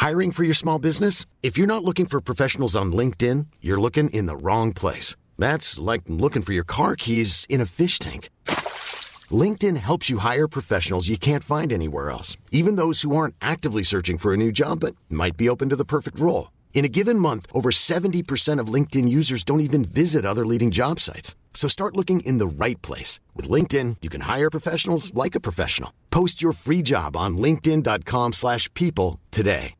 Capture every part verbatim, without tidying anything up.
Hiring for your small business? If you're not looking for professionals on LinkedIn, you're looking in the wrong place. That's like looking for your car keys in a fish tank. LinkedIn helps you hire professionals you can't find anywhere else, even those who aren't actively searching for a new job but might be open to the perfect role. In a given month, over seventy percent of LinkedIn users don't even visit other leading job sites. So start looking in the right place. With LinkedIn, you can hire professionals like a professional. Post your free job on linkedin dot com slash people today.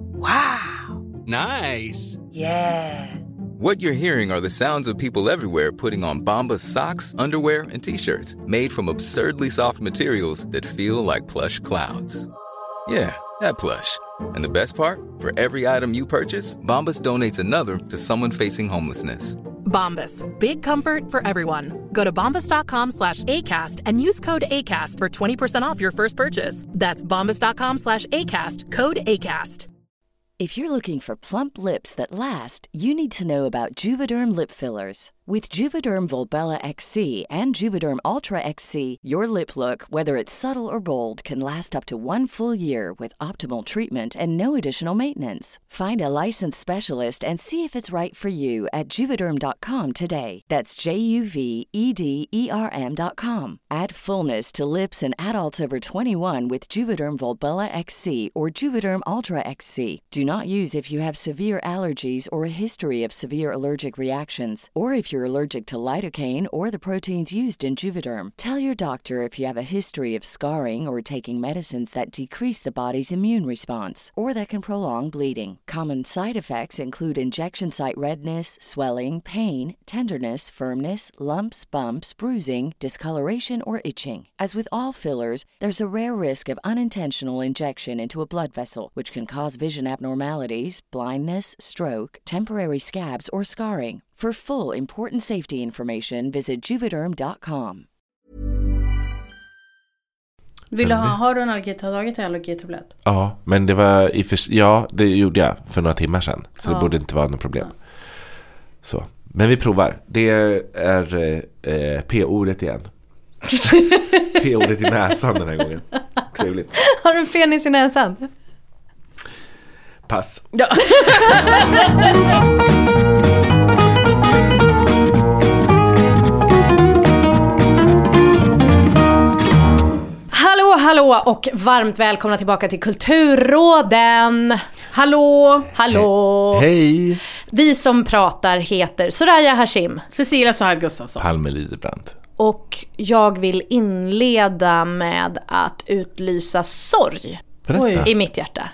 Wow. Nice. Yeah. What you're hearing are the sounds of people everywhere putting on Bombas socks, underwear, and T-shirts made from absurdly soft materials that feel like plush clouds. Yeah, that plush. And the best part? For every item you purchase, Bombas donates another to someone facing homelessness. Bombas. Big comfort for everyone. Go to bombas.com slash ACAST and use code ACAST for twenty percent off your first purchase. That's bombas.com slash ACAST. Code ACAST. If you're looking for plump lips that last, you need to know about Juvederm lip fillers. With Juvederm Volbella X C and Juvederm Ultra X C, your lip look, whether it's subtle or bold, can last up to one full year with optimal treatment and no additional maintenance. Find a licensed specialist and see if it's right for you at Juvederm dot com today. That's J U V E D E R M dot com. Add fullness to lips in adults over twenty-one with Juvederm Volbella X C or Juvederm Ultra X C. Do not use if you have severe allergies or a history of severe allergic reactions, or if you're allergic to lidocaine or the proteins used in Juvederm. Tell your doctor if you have a history of scarring or taking medicines that decrease the body's immune response or that can prolong bleeding. Common side effects include injection site redness, swelling, pain, tenderness, firmness, lumps, bumps, bruising, discoloration, or itching. As with all fillers, there's a rare risk of unintentional injection into a blood vessel, which can cause vision abnormalities, blindness, stroke, temporary scabs, or scarring. For full important safety information, visit Juvederm dot com. Vill du ha, har du en allergitablett eller allergitablett? Ja, men det var i för, ja, det gjorde jag för några timmar sedan. Så ja. Det borde inte vara något problem. Ja. Så, men vi provar. Det är eh, P-ordet igen. P-ordet i näsan den här gången. Trevligt. Har du en penis i näsan? Pass. Ja. Hallå, hallå och varmt välkomna tillbaka till Kulturråden. Hallå. Hallå. Hej. Vi som pratar heter Soraya Hashim, Cecilia Sohar Gustafsson, Palme Lidebrandt. Och jag vill inleda med att utlysa sorg Berätta. i mitt hjärta.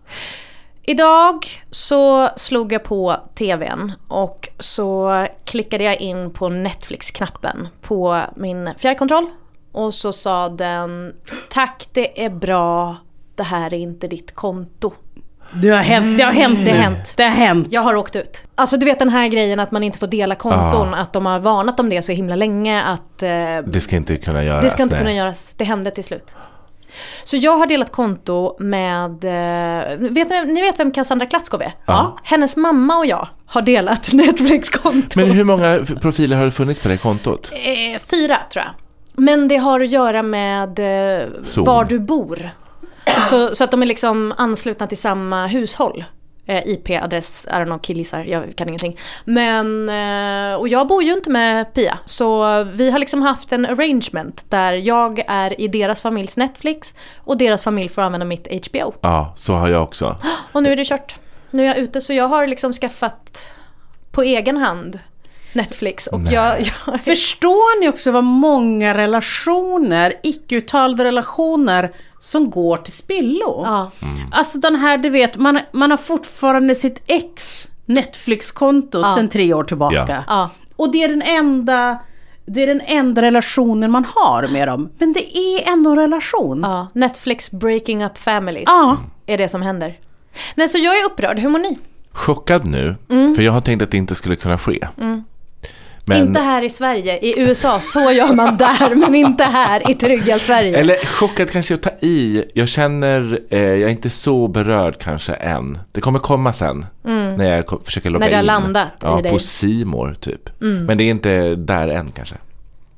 Idag så slog jag på tvn och så klickade jag in på Netflix-knappen på min fjärrkontroll. Och så sa den: tack, det är bra, det här är inte ditt konto. Det har hänt, det har hänt, det har hänt. Det har hänt. Jag har åkt ut. Alltså du vet den här grejen att man inte får dela konton, ah. att de har varnat om det så himla länge att... Eh, det ska inte kunna göras. Det ska inte nej. kunna göras, det hände till slut. Så jag har delat konto med... Eh, vet ni, ni vet vem Cassandra Klatskov är? Ja. Hennes mamma och jag har delat Netflix-konto. Men hur många profiler har det funnits på det kontot? Eh, fyra tror jag. Men det har att göra med eh, var du bor. Så, så att de är liksom anslutna till samma hushåll. Eh, I P-adress, I don't know, killgissar, jag kan ingenting. Men, eh, och jag bor ju inte med Pia. Så vi har liksom haft en arrangement där jag är i deras familjs Netflix och deras familj får använda mitt H B O. Ja, så har jag också. Och nu är det kört. Nu är jag ute, så jag har liksom skaffat på egen hand Netflix. Och jag, jag... Förstår ni också vad många relationer, icke-uttalade relationer som går till spillo? Ja. Mm. Alltså den här, du vet, man, man har fortfarande sitt ex Netflix-konto ja. sedan tre år tillbaka. Ja. Ja. Och det är den enda... Det är den enda relationen man har med dem. Men det är ändå en relation. Ja. Netflix breaking up families ja. är det som händer. Nej, så jag är upprörd. Hur mår ni? Chockad nu, mm. för jag har tänkt att det inte skulle kunna ske. Mm. Men... Inte här i Sverige. I U S A så gör man där, men inte här i trygga Sverige. Eller chockad kanske att ta i. Jag känner, eh, jag är inte så berörd kanske än. Det kommer komma sen. Mm. När jag försöker logga in. När det har landat ja, i dig. på C More typ. Mm. Men det är inte där än kanske.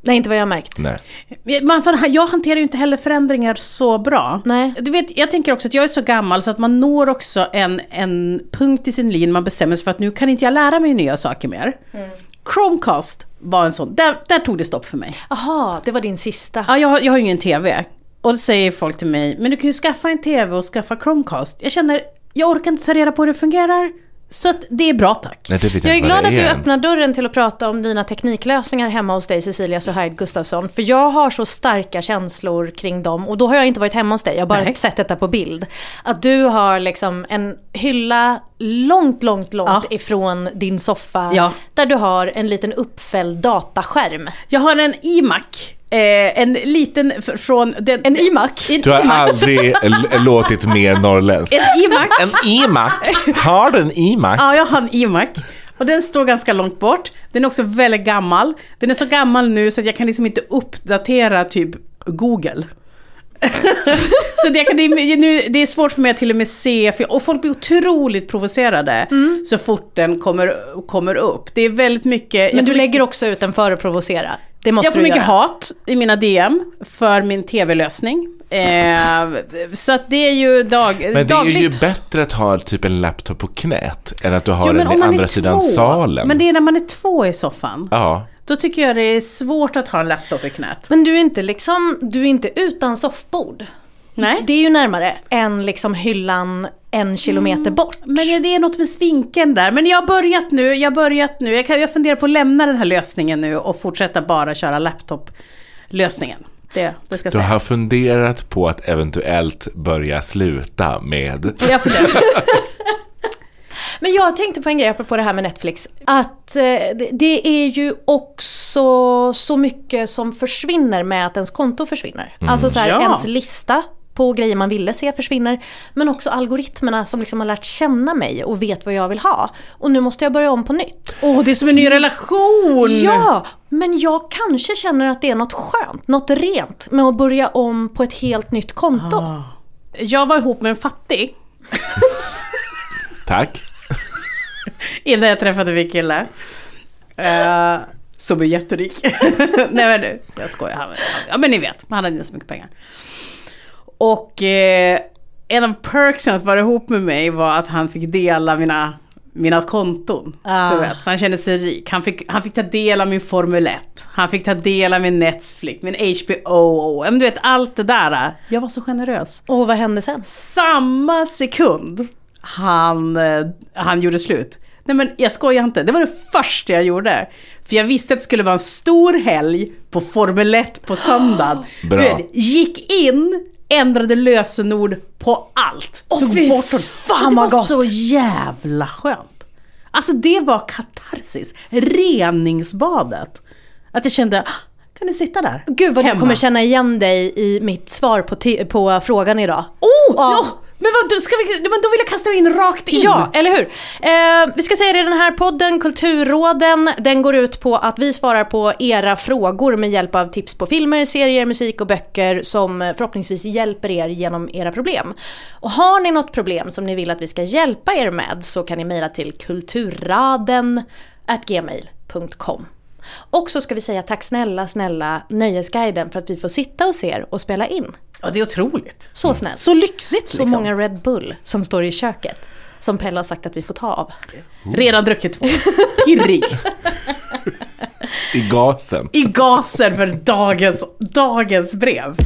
Nej, inte vad jag har märkt. Nej. Man, jag hanterar ju inte heller förändringar så bra. Nej. Du vet, jag tänker också att jag är så gammal så att man når också en, en punkt i sin liv man bestämmer sig för att nu kan inte jag lära mig nya saker mer. Mm. Chromecast var en sån, där, där tog det stopp för mig. Aha, det var din sista. Ja, jag, jag har ju ingen tv. Och då säger folk till mig, men du kan ju skaffa en tv och skaffa Chromecast. Jag känner, jag orkar inte ta reda på hur det fungerar. Så att det är bra, tack. Nej, det jag är glad att du öppnar dörren till att prata om dina tekniklösningar hemma hos dig, Cecilia Suhaid Gustafsson. För jag har så starka känslor kring dem. Och då har jag inte varit hemma hos dig, jag har bara Nej. sett detta på bild. Att du har liksom en hylla långt, långt, långt ja. ifrån din soffa. Ja. Där du har en liten uppfälld dataskärm. Jag har en iMac. Eh, en liten f- från den, en iMac. Du har aldrig l- låtit mer norrländsk. En iMac. En iMac. Har du en iMac? Ja, jag har en iMac. Och den står ganska långt bort. Den är också väldigt gammal. Den är så gammal nu så att jag kan liksom inte uppdatera typ Google. Så det, kan, det, nu, det är svårt för mig att till och med se, och folk blir otroligt provocerade mm. så fort den kommer, kommer upp. Det är väldigt mycket. Men du lägger mycket, också ut den för att provocera. Det måste jag får du mycket göra. hat i mina D M för min tv-lösning. Eh, så att det är ju dag, men det dagligt. är ju bättre att ha typ en laptop på knät än att du har jo, den i andra sidan två, salen. Men det är när man är två i soffan. Ja. Då tycker jag det är svårt att ha en laptop i knät. Men du är inte liksom, du är inte utan soffbord. Nej. Det är ju närmare än liksom hyllan en kilometer mm, bort. Men det är något med svinken där. Men jag har börjat nu, jag har börjat nu. Jag, kan, jag funderar på att lämna den här lösningen nu och fortsätta bara köra laptop-lösningen. Det, det ska du säga. har funderat på att eventuellt börja sluta med... Jag funderar. Men jag tänkte på en grej på det här med Netflix. Att eh, det, det är ju också så mycket som försvinner med att ens konto försvinner. Mm. Alltså så här, ja. ens lista på grejer man ville se försvinner. Men också algoritmerna som liksom har lärt känna mig och vet vad jag vill ha. Och nu måste jag börja om på nytt. Åh, oh, det är som en ny relation! Ja, men jag kanske känner att det är något skönt, något rent med att börja om på ett helt nytt konto. Ah. Jag var ihop med en fattig. Tack. Innan jag träffade min kille. Uh, som är jätterik. Nej men nu, jag skojar. Han, ja men ni vet, han hade inte så mycket pengar. Och eh, en av perksen att vara ihop med mig var att han fick dela mina, mina konton. Ah. Du vet, så han kände sig rik. Han fick, han fick ta del av min Formel ett. Han fick ta del av min Netflix, min H B O. Men du vet, allt det där. Jag var så generös. Och vad hände sen? Samma sekund han, han gjorde slut. Nej men jag skojar inte, det var det första jag gjorde. För jag visste att det skulle vara en stor helg på Formel ett på söndag. Bra. Du, gick in, ändrade lösenord på allt. Åh, tog bort och fan det var gott. Så jävla skönt. Alltså det var katarsis, reningsbadet. Att jag kände, kan du sitta där? Gud vad hemma? Du kommer känna igen dig i mitt svar på, t- på frågan idag. Oh, ja. ja. Men, vad, ska vi, men då vill jag kasta in rakt in. Ja, eller hur? Eh, vi ska säga det, den här podden, Kulturråden, den går ut på att vi svarar på era frågor med hjälp av tips på filmer, serier, musik och böcker som förhoppningsvis hjälper er genom era problem. Och har ni något problem som ni vill att vi ska hjälpa er med så kan ni mejla till kulturraden at gmail punkt com. Och så ska vi säga tack snälla, snälla Nöjesguiden för att vi får sitta och se er och spela in. Ja, det är otroligt. Så snällt. Så lyxigt Så liksom. många Red Bull som står i köket som Pelle har sagt att vi får ta av. Redan druckit två. Pirrig. I gasen. I gasen för dagens, dagens brev.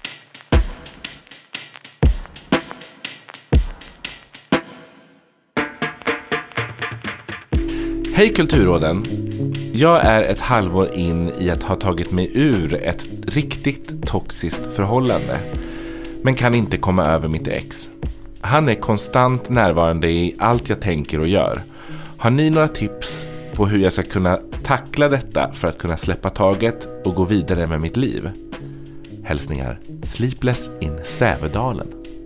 Hej Kulturråden. Jag är ett halvår in i att ha tagit mig ur ett riktigt toxiskt förhållande. Men kan inte komma över mitt ex. Han är konstant närvarande i allt jag tänker och gör. Har ni några tips på hur jag ska kunna tackla detta för att kunna släppa taget och gå vidare med mitt liv? Hälsningar, Sleepless in Sävedalen.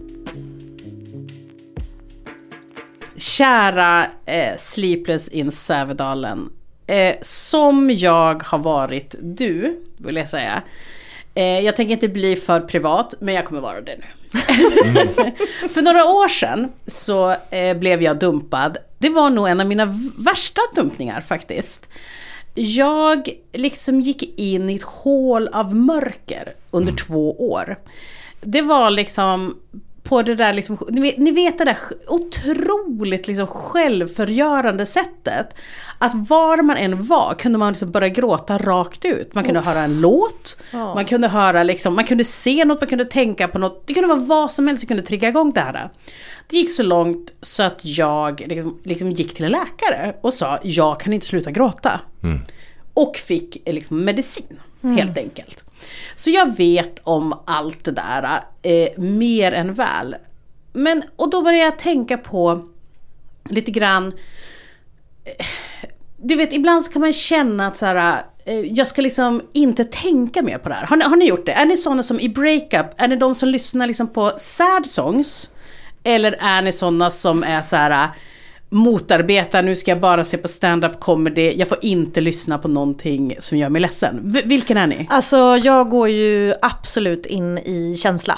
Kära eh, Sleepless in Sävedalen. Eh, som jag har varit du, vill jag säga. Eh, jag tänker inte bli för privat, men jag kommer vara det nu. Mm. För några år sedan så eh, blev jag dumpad. Det var nog en av mina värsta dumpningar faktiskt. jag liksom gick in i ett hål av mörker under mm. två år. Det var liksom på det där liksom, ni vet, ni vet det där otroligt liksom självförgörande sättet att var man än var kunde man liksom börja gråta rakt ut. Man kunde oh. höra en låt, oh. man kunde höra liksom, man kunde se något, man kunde tänka på något. Det kunde vara vad som helst som kunde trigga igång det här. Det gick så långt så att jag liksom, liksom gick till en läkare och sa jag kan inte sluta gråta. Mm. Och fick liksom medicin mm. helt enkelt. Så jag vet om allt det där eh, mer än väl. Men, och då började jag tänka på lite grann eh, du vet, ibland så kan man känna att så här, eh, jag ska liksom inte tänka mer på det här. Har ni, har ni gjort det? Är ni sådana som i breakup, är ni de som lyssnar liksom på sad songs? Eller är ni sådana som är så här motarbetar, nu ska jag bara se på stand-up comedy, jag får inte lyssna på någonting som gör mig ledsen. V- vilken är ni? Alltså jag går ju absolut in i känsla.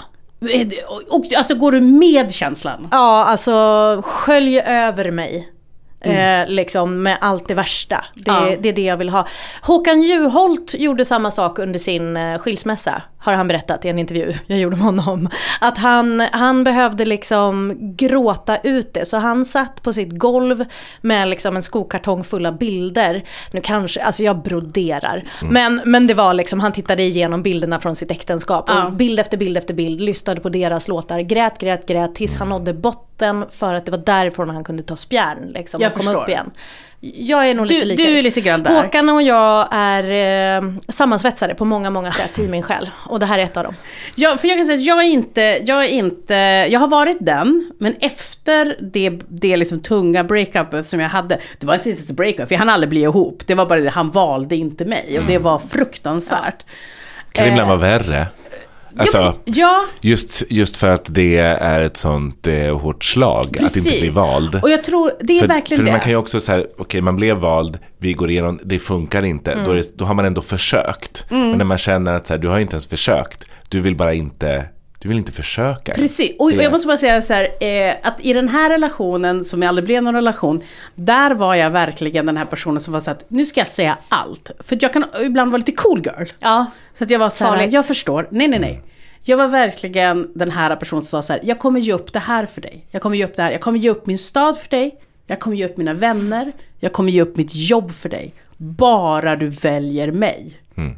Och, och, alltså går du med känslan? Ja, alltså skölj över mig. Mm. Eh, liksom med allt det värsta. Det, ja. det är det jag vill ha. Håkan Juholt gjorde samma sak under sin eh, skilsmässa, har han berättat i en intervju jag gjorde med honom. Att han, han behövde liksom gråta ut det. Så han satt på sitt golv med liksom en skokartong full av bilder. Nu kanske, alltså jag broderar. Mm. Men, men det var liksom, han tittade igenom bilderna från sitt äktenskap. Och ja. bild efter bild efter bild, lyssnade på deras låtar. Grät, grät, grät tills han nådde botten. För att det var därifrån han kunde ta spjärn liksom, och komma upp igen. Jag är nog du, lite lika. Du är lite grann där. Håkan och jag är eh, sammansvetsade på många, många sätt i min själ. Och det här är ett av dem. Ja, för jag kan säga att jag är inte, jag är inte, jag har varit den, men efter det, det liksom tunga breakup som jag hade, det var inte ett breakup, för han aldrig blev ihop. Det var bara det, han valde inte mig och det var fruktansvärt. Kan det ibland vara värre? Alltså, ja, men, ja. Just, just för att det är ett sånt eh, hårt slag. Precis. Att inte bli vald. Och jag tror, det är för, verkligen för det. Man kan ju också säga, okej okay, man blev vald, vi går igenom, det funkar inte. Mm. Då, är det, då har man ändå försökt. Mm. Men när man känner att så här, du har inte ens försökt, du vill bara inte... Du vill inte försöka. Precis, och jag måste bara säga så här, eh, att i den här relationen som jag aldrig blev någon relation, där var jag verkligen den här personen som var så att nu ska jag säga allt. För jag kan ibland vara lite cool girl. Ja. Så att jag var så här, farligt. Jag förstår, nej nej nej. Jag var verkligen den här personen som sa så här, jag kommer ge upp det här för dig. Jag kommer ge upp det här, jag kommer ge upp min stad för dig. Jag kommer ge upp mina vänner. Jag kommer ge upp mitt jobb för dig. Bara du väljer mig. Mm.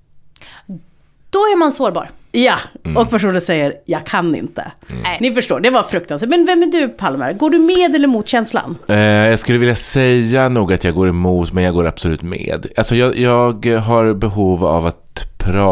Då är man sårbar. Ja, mm. och personen säger, jag kan inte. Mm. Ni förstår, det var fruktansvärt. Men vem är du, Palmer? Går du med eller mot känslan? Eh, jag skulle vilja säga nog att jag går emot, men jag går absolut med. Alltså jag, jag har behov av att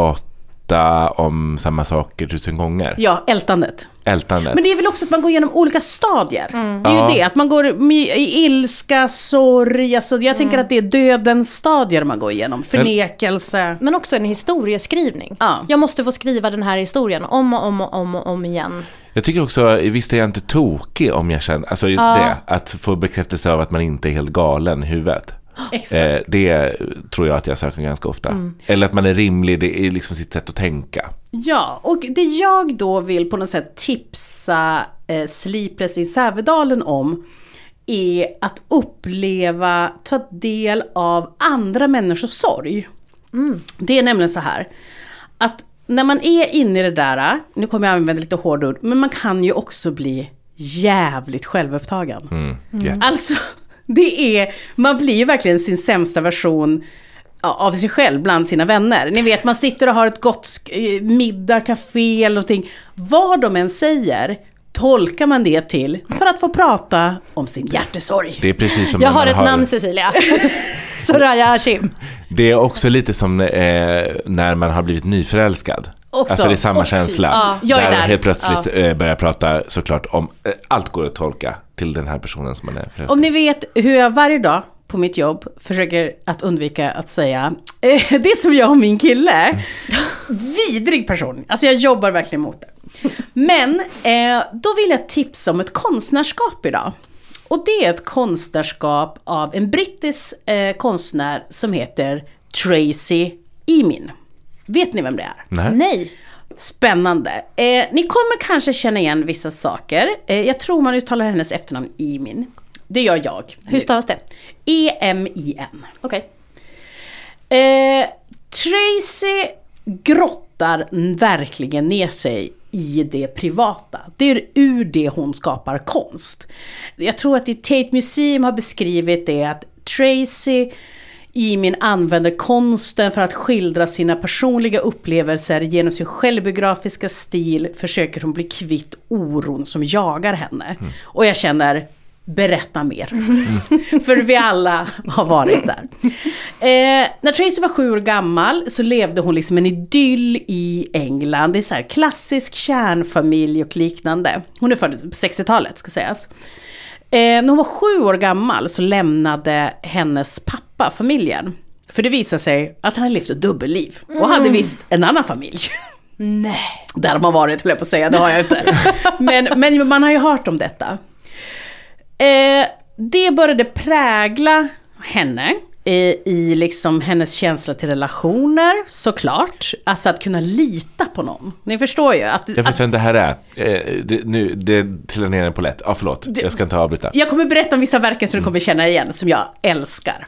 prata om samma saker tusen gånger. Ja, ältandet. Ältandet. Men det är väl också att man går igenom olika stadier. Mm. Det är ja. ju det, att man går i ilska, sorg. Alltså jag mm. tänker att det är dödens stadier man går igenom. Förnekelse. Men också en historieskrivning. Ja. Jag måste få skriva den här historien om och om och om, och om igen. Jag tycker också, visst är jag inte tokig om jag känner, alltså just ja. det, att få bekräftelse av att man inte är helt galen i huvudet. Eh, det tror jag att jag söker ganska ofta. Mm. Eller att man är rimlig, det är liksom sitt sätt att tänka. Ja, och det jag då vill på något sätt tipsa eh, Sleepless i Sävedalen om är att uppleva, ta del av andra människors sorg. Mm. Det är nämligen så här att när man är inne i det där, nu kommer jag använda lite hårda ord, men man kan ju också bli jävligt självupptagen. Mm. Mm. Alltså det är, man blir ju verkligen sin sämsta version av sig själv bland sina vänner. Ni vet, man sitter och har ett gott middag, café eller någonting. Vad de än säger tolkar man det till för att få prata om sin hjärtesorg. Det är precis som jag har ett har... namn, Cecilia. Soraya Hashim. Det är också lite som eh, när man har blivit nyförälskad. Också. Alltså det är samma oh, känsla. Ja, jag är där, där helt plötsligt ja. eh, börjar prata såklart om eh, allt går att tolka till den här personen som man är förälskad. Om ni vet hur jag varje dag på mitt jobb försöker att undvika att säga eh, det är som jag och min kille. Vidrig person. Alltså jag jobbar verkligen mot det. Men eh, då vill jag tipsa om ett konstnärskap idag. Och det är ett konstnärskap av en brittisk eh, konstnär som heter Tracey Emin. Vet ni vem det är? Nej. Nej. Spännande. Eh, ni kommer kanske känna igen vissa saker. Eh, jag tror man uttalar hennes efternamn Emin. Det gör jag. Hur stavas det? E M I N. Okej. Eh, Tracy grottar verkligen ner sig i det privata. Det är ur det hon skapar konst. Jag tror att i Tate Museum har beskrivit det att Tracy i min använder konsten för att skildra sina personliga upplevelser genom sin självbiografiska stil försöker hon bli kvitt oron som jagar henne. Mm. Och jag känner, berätta mer. Mm. För vi alla har varit där. Eh, när Tracy var sju år gammal så levde hon liksom en idyll i England. Det är så här klassisk kärnfamilj och liknande. Hon är född på sextiotalet ska sägas. Eh, när hon var sju år gammal så lämnade hennes pappa familjen. För det visade sig att han hade levt ett dubbelliv. Och mm. hade visst en annan familj. Nej. Där har man varit, vill jag på att säga. Det har jag inte. men, men man har ju hört om detta. Eh, det började prägla henne eh, i liksom hennes känsla till relationer, såklart. Alltså att kunna lita på någon. Ni förstår ju. Att, jag vet inte det här är. Eh, det, nu, det trillar ner en på lätt. Ja, förlåt. Det, jag ska inte avbryta. Jag kommer berätta om vissa verken som mm. du kommer känna igen, som jag älskar.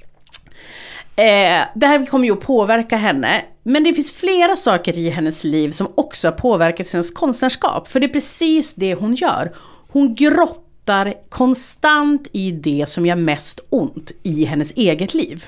Eh, det här kommer ju att påverka henne. Men det finns flera saker i hennes liv som också har påverkat hennes konstnärskap. För det är precis det hon gör. Hon grottar konstant i det som gör mest ont i hennes eget liv.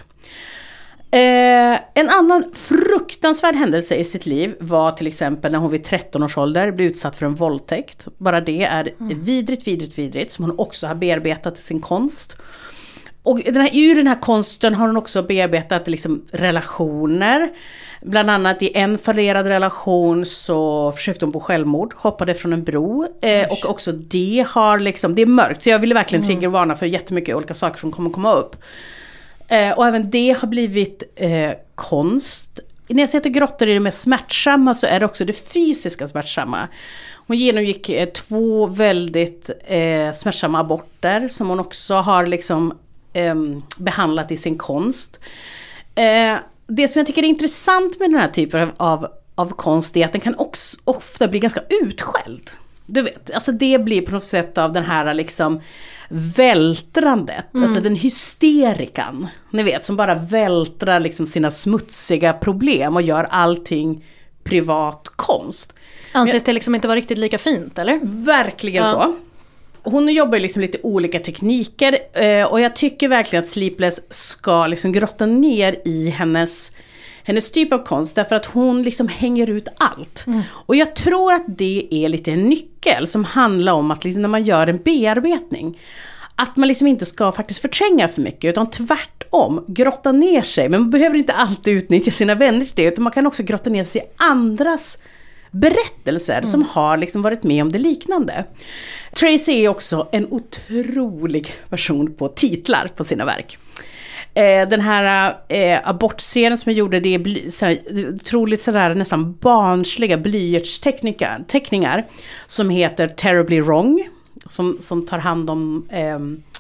Eh, en annan fruktansvärd händelse i sitt liv var till exempel när hon vid tretton års ålder blev utsatt för en våldtäkt. Bara det är mm. vidrigt, vidrigt, vidrigt som hon också har bearbetat i sin konst. Och den här, ur den här konsten har hon också bearbetat liksom relationer. Bland annat i en fallerad relation så försökte hon på självmord, hoppade från en bro. Eh, och också det har liksom, det är mörkt. Så jag ville verkligen triggervarna för jättemycket olika saker som kommer komma upp. Eh, och även det har blivit eh, konst. När jag säger att grottor är det mest smärtsamma så är det också det fysiska smärtsamma. Hon genomgick eh, två väldigt eh, smärtsamma aborter som hon också har liksom eh, behandlat i sin konst. Eh, det som jag tycker är intressant med den här typen av, av, av konst är att den kan också ofta bli ganska utskälld. Du vet, alltså det blir på något sätt av den här liksom vältrandet, mm. alltså den hysterikan, ni vet, som bara vältrar liksom sina smutsiga problem och gör allting privat konst. Anses det liksom inte vara riktigt lika fint, eller? Verkligen ja. Så. Hon jobbar liksom lite olika tekniker och jag tycker verkligen att Sleepless ska liksom grotta ner i hennes hennes typ av konst därför att hon liksom hänger ut allt. Mm. Och jag tror att det är lite en nyckel som handlar om att liksom när man gör en bearbetning att man liksom inte ska faktiskt förtränga för mycket utan tvärtom grotta ner sig. Men man behöver inte alltid utnyttja sina vänner till det utan man kan också grotta ner sig i andras berättelser mm. som har liksom varit med om det liknande. Tracy är också en otrolig person på titlar på sina verk. Eh, den här eh, abortscenen som jag gjorde, det är bly, såhär, otroligt sådär, nästan barnsliga blyertsteckningar teckningar, som heter Terribly Wrong, som, som tar hand om eh,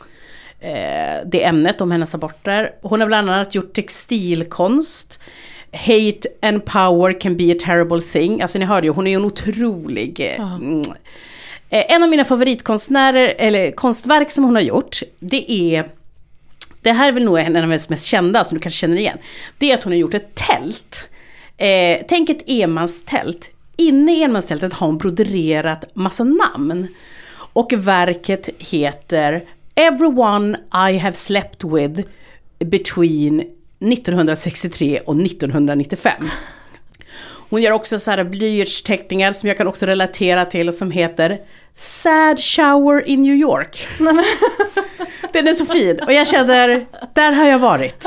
eh, det ämnet om hennes aborter. Hon har bland annat gjort textilkonst. Hate and power can be a terrible thing. Alltså ni hörde ju, hon är ju en otrolig eh, mm. eh, en av mina favoritkonstnärer eller konstverk som hon har gjort, det är det här är väl nog en av de mest kända som du kanske känner igen. Det är att hon har gjort ett tält. Eh, tänk ett enmanstält. Inne i enmanstältet har hon broderat massa namn. Och verket heter Everyone I have slept with between nittonhundrasextiotre och nittonhundranittiofem. Hon gör också så här blyertsteckningar som jag kan också relatera till som heter Sad Shower in New York. Den är så fin. Och jag känner, där har jag varit.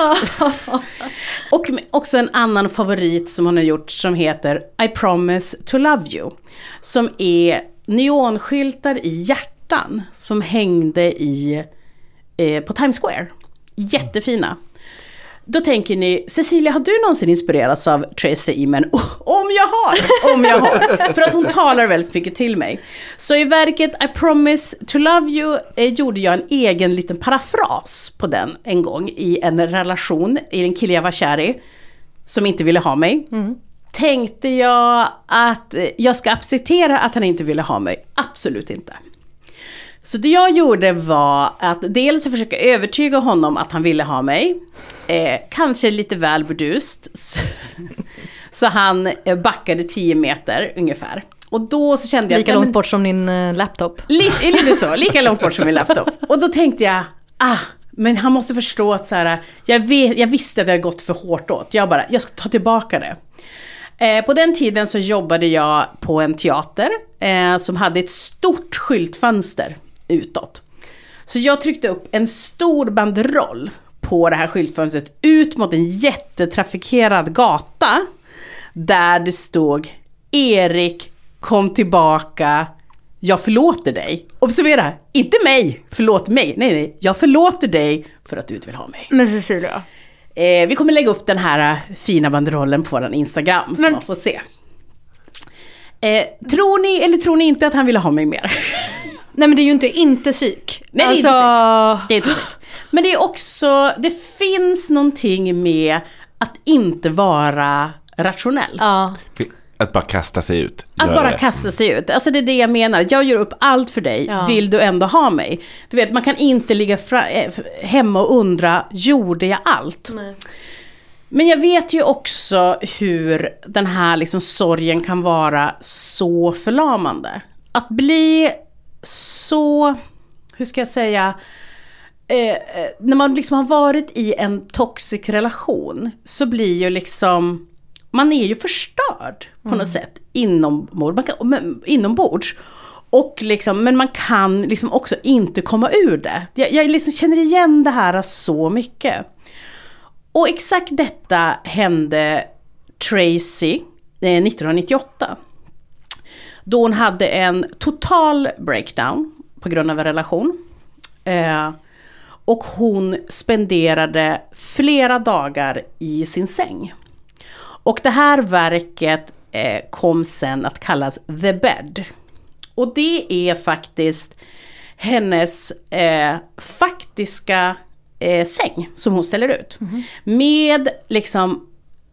Och också en annan favorit som hon har gjort som heter I Promise to Love You. Som är neonskyltar i hjärtan som hängde i, eh, på Times Square. Jättefina. Då tänker ni, Cecilia, har du någonsin inspirerats av Tracy Emin? Oh, om jag har, om jag har. För att hon talar väldigt mycket till mig. Så i verket I Promise to Love You eh, gjorde jag en egen liten parafras på den en gång i en relation, i en kille jag var kär i, som inte ville ha mig. Mm. Tänkte jag att jag ska acceptera att han inte ville ha mig? Absolut inte. Så det jag gjorde var att dels försöka övertyga honom att han ville ha mig. Eh, kanske lite väl burdust. Så, så han backade tio meter ungefär. Och då så kände jag... Lika att, långt men, bort som din uh, laptop. Lite, lite så, lika långt bort som min laptop. Och då tänkte jag, ah, men han måste förstå att så här, jag, vet, jag visste att det hade gått för hårt åt. Jag bara, jag ska ta tillbaka det. Eh, på den tiden så jobbade jag på en teater eh, som hade ett stort skyltfönster utåt. Så jag tryckte upp en stor banderoll på det här skyltfönstret ut mot en jättetrafikerad gata där det stod Erik, kom tillbaka, jag förlåter dig. Observera, inte mig, förlåt mig. Nej, nej, jag förlåter dig för att du inte vill ha mig. Men Cecilia... Eh, vi kommer lägga upp den här fina banderollen på vår Instagram så men... man får se. Eh, tror ni eller tror ni inte att han ville ha mig mer? Nej, men det är ju inte inte psyk. Nej, alltså... det, är inte psyk. det är inte psyk. Men det är också, det finns någonting med att inte vara rationell. Ja. Att bara kasta sig ut. Att bara det. kasta sig ut. Alltså det är det jag menar. Jag gör upp allt för dig. Ja. Vill du ändå ha mig? Du vet, man kan inte ligga fra- hemma och undra, gjorde jag allt? Nej. Men jag vet ju också hur den här liksom sorgen kan vara så förlamande. Att bli så, hur ska jag säga... Eh, när man liksom har varit i en toxic relation så blir ju liksom... Man är ju förstörd på mm. något sätt inombords, man kan, inombords. Och liksom, men man kan liksom också inte komma ur det. Jag, jag liksom känner igen det här så mycket. Och exakt detta hände Tracy eh, nittonhundranittioåtta. Då hon hade en total breakdown på grund av en relation. Eh, och hon spenderade flera dagar i sin säng. Och det här verket eh, kom sen att kallas The Bed. Och det är faktiskt hennes eh, faktiska eh, säng som hon ställer ut. Mm-hmm. Med liksom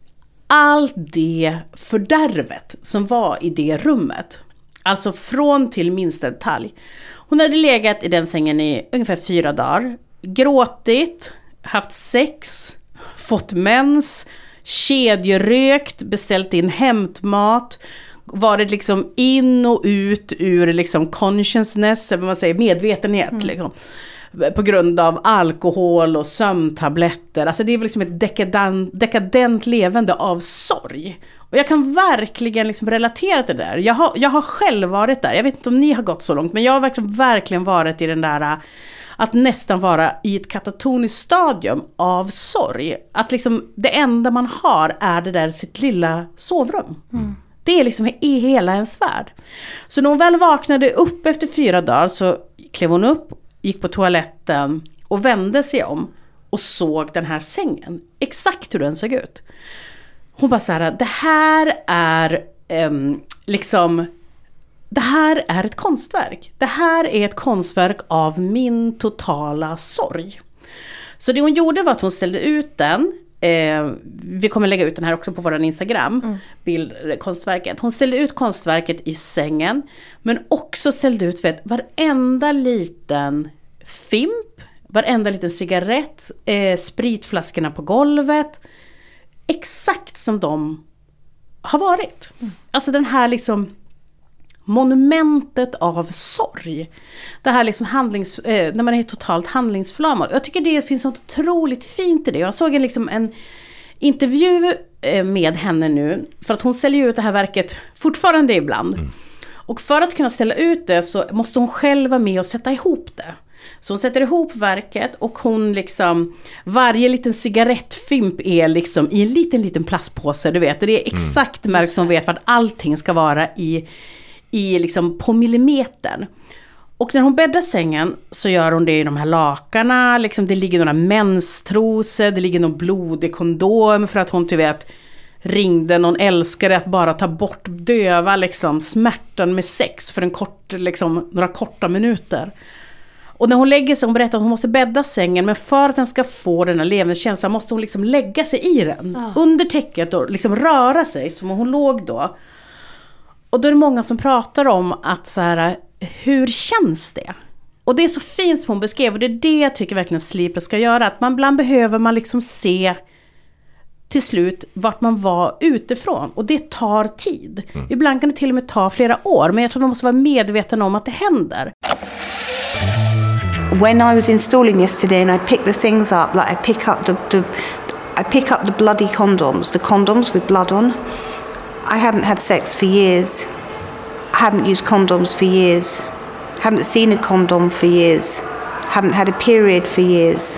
allt det fördärvet som var i det rummet. Alltså från till minsta detalj. Hon hade legat i den sängen i ungefär fyra dagar. Gråtit, haft sex, fått mens, kedjerökt, beställt in hämtmat, varit liksom in och ut ur liksom consciousness, eller vad man säger, medvetenhet mm. liksom, på grund av alkohol och sömntabletter. Alltså det är väl liksom ett dekadent, dekadent levande av sorg. Och jag kan verkligen liksom relatera till det där. Jag har, jag har själv varit där. Jag vet inte om ni har gått så långt, men jag har verkligen, verkligen varit i den där... Att nästan vara i ett katatoniskt stadium av sorg. Att liksom det enda man har är det där sitt lilla sovrum. Mm. Det är liksom i hela ens värld. Så när hon väl vaknade upp efter fyra dagar så klev hon upp, gick på toaletten och vände sig om. Och såg den här sängen. Exakt hur den såg ut. Hon bara så här, det här är um, liksom... Det här är ett konstverk. Det här är ett konstverk av min totala sorg. Så det hon gjorde var att hon ställde ut den. Eh, vi kommer lägga ut den här också på vår Instagram. Mm. Bild, konstverket. Hon ställde ut konstverket i sängen. Men också ställde ut vet, varenda liten fimp. Varenda liten cigarett. Eh, spritflaskorna på golvet. Exakt som de har varit. Mm. Alltså den här liksom... monumentet av sorg. Det här liksom handlings, eh, när man är totalt handlingsförlamad. Jag tycker det finns något otroligt fint i det. Jag såg en, liksom, en intervju eh, med henne nu. För att hon säljer ut det här verket fortfarande ibland. Mm. Och för att kunna ställa ut det så måste hon själv vara med och sätta ihop det. Så hon sätter ihop verket och hon liksom, varje liten cigarettfimp är liksom i en liten liten plastpåse, du vet. Det är exakt mm. märkt som hon vet för att allting ska vara i i liksom på millimetern. Och när hon bäddar sängen så gör hon det i de här lakarna. Liksom det ligger några menstrosor, det ligger någon blodig kondom för att hon till vet ringde någon älskare att bara ta bort döva liksom smärtan med sex för en kort, liksom, några korta minuter. Och när hon lägger sig, hon berättar att hon måste bädda sängen, men för att den ska få den här levnadskänslan måste hon liksom lägga sig i den. Oh. Under täcket och liksom röra sig som hon låg då. Och då är det många som pratar om att så här, hur känns det? Och det är så fint som hon beskrev, och det är det jag tycker verkligen Sleepless ska göra. Att man ibland behöver man liksom se till slut vart man var utifrån. Och det tar tid. Mm. Ibland kan det till och med ta flera år. Men jag tror man måste vara medveten om att det händer. When I was installing yesterday and I picked the things up, like I pick up the, the I pick up the bloody condoms, the condoms with blood on. I haven't had sex for years. I haven't used condoms for years. Haven't seen a condom for years. Haven't had a period for years.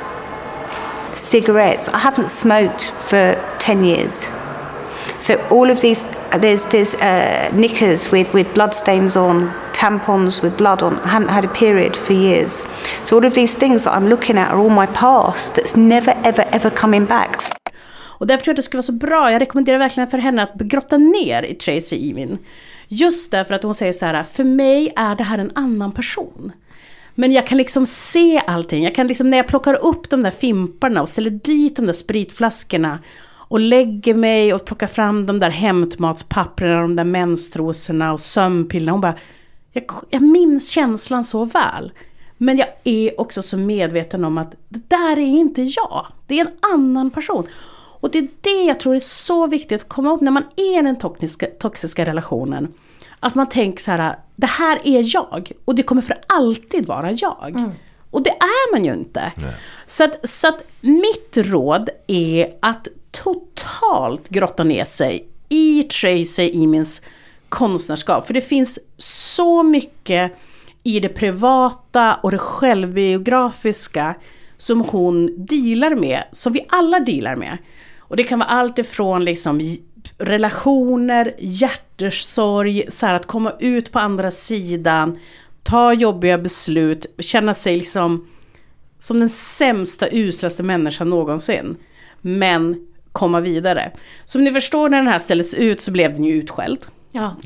Cigarettes. I haven't smoked for ten years. So all of these, there's there's uh, knickers with, with bloodstains on, tampons with blood on. I haven't had a period for years. So all of these things that I'm looking at are all my past that's never ever ever coming back. Och därför tror jag att det skulle vara så bra. Jag rekommenderar verkligen för henne att grotta ner i Tracey Emin. Just därför att hon säger så här: för mig är det här en annan person. Men jag kan liksom se allting. Jag kan liksom, när jag plockar upp de där fimparna och ställer dit de där spritflaskorna och lägger mig och plockar fram de där hämtmatspapperna, de där menstrosorna och sömnpillerna. Hon bara, jag, jag minns känslan så väl. Men jag är också så medveten om att det där är inte jag. Det är en annan person. Och det är det jag tror är så viktigt att komma ihåg när man är i den toxiska, toxiska relationen. Att man tänker så här: det här är jag. Och det kommer för alltid vara jag. Mm. Och det är man ju inte. Så att, så att mitt råd är att totalt grotta ner sig i Tracey Emins konstnärskap. För det finns så mycket i det privata och det självbiografiska som hon dealar med, som vi alla dealar med. Och det kan vara allt ifrån liksom relationer, hjärtesorg, så här att komma ut på andra sidan, ta jobbiga beslut, känna sig liksom som den sämsta, uslaste människan någonsin. Men komma vidare. Som ni förstår, när den här ställdes ut så blev den ju utskälld. Ja.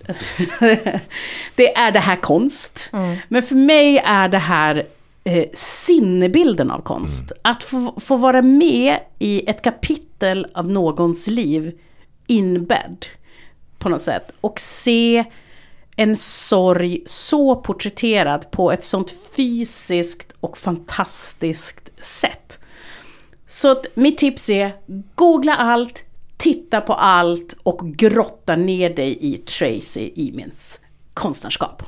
Det är det här konst. Mm. Men för mig är det här eh, sinnebilden av konst. Mm. Att få, få vara med i ett kapitel av någons liv in bed på något sätt. Och se en sorg så porträtterad på ett sånt fysiskt och fantastiskt sätt. Så att mitt tips är: googla allt, titta på allt och grotta ner dig i Tracey Emins konstnärskap.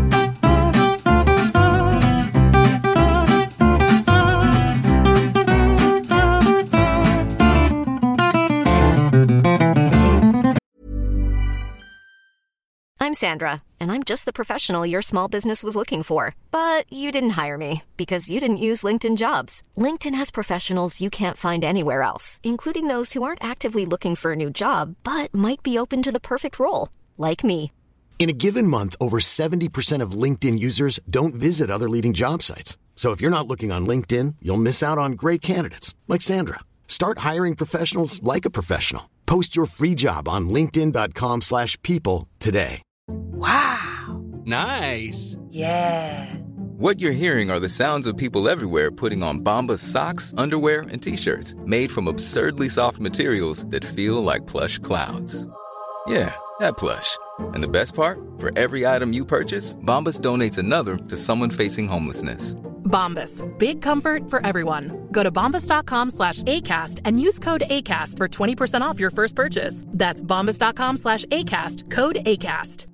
I'm Sandra, and I'm just the professional your small business was looking for. But you didn't hire me because you didn't use LinkedIn Jobs. LinkedIn has professionals you can't find anywhere else, including those who aren't actively looking for a new job, but might be open to the perfect role, like me. In a given month, over seventy percent of LinkedIn users don't visit other leading job sites. So if you're not looking on LinkedIn, you'll miss out on great candidates like Sandra. Start hiring professionals like a professional. Post your free job on linkedin dot com slash people today. Wow. Nice. Yeah. What you're hearing are the sounds of people everywhere putting on Bombas socks, underwear, and T-shirts made from absurdly soft materials that feel like plush clouds. Yeah, that plush. And the best part? For every item you purchase, Bombas donates another to someone facing homelessness. Bombas. Big comfort for everyone. Go to bombas.com slash ACAST and use code ACAST for twenty percent off your first purchase. That's bombas.com slash ACAST. Code ACAST.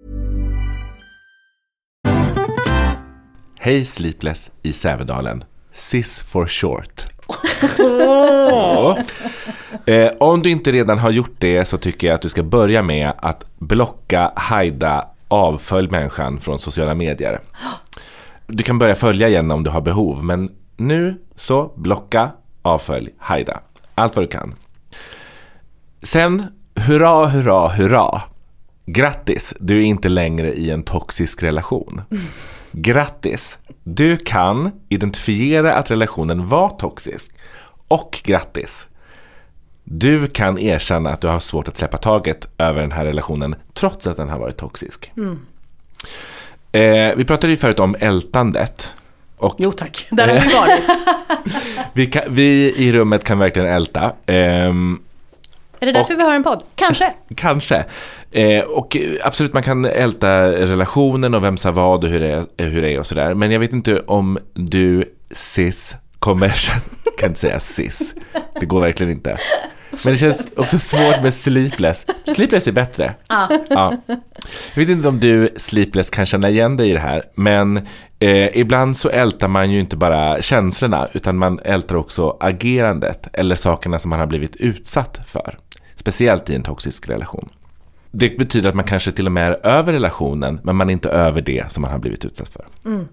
Hej Sleepless i Sävedalen. Sis for short. Ja. eh, om du inte redan har gjort det så tycker jag att du ska börja med att blocka, hejda, avfölj människan från sociala medier. Du kan börja följa igen om du har behov, men nu så blocka, avfölj, hejda. Allt vad du kan. Sen, hurra, hurra, hurra. Grattis, du är inte längre i en toxisk relation. Grattis, du kan identifiera att relationen var toxisk. Och grattis, du kan erkänna att du har svårt att släppa taget över den här relationen trots att den har varit toxisk. Mm. Eh, vi pratade ju förut om ältandet. Och, jo tack, där har vi varit. vi, kan, vi i rummet kan verkligen älta. Eh, Är det därför och, vi har en podd? Kanske. Kanske. Eh, och absolut, man kan älta relationen och vem sa vad och hur det är, hur det är och sådär. Men jag vet inte om du sis kommer... kan inte säga sis. Det går verkligen inte. Men det känns också svårt med Sleepless. Sleepless är bättre. Ja. Ja. Jag vet inte om du, Sleepless, kan känna igen dig i det här. Men eh, ibland så ältar man ju inte bara känslorna, utan man ältar också agerandet eller sakerna som man har blivit utsatt för. Speciellt i en toxisk relation. Det betyder att man kanske till och med är över relationen, men man är inte över det som man har blivit utsatt för. Mm.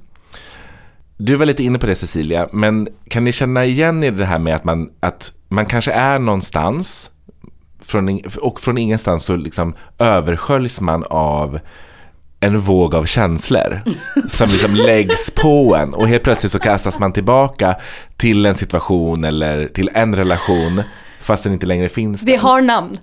Du var lite inne på det, Cecilia, men kan ni känna igen i det här med att man, att man kanske är någonstans från, och från ingenstans så liksom översköljs man av en våg av känslor som liksom läggs på en, och helt plötsligt så kastas man tillbaka till en situation eller till en relation fast den inte längre finns där. Vi har namn.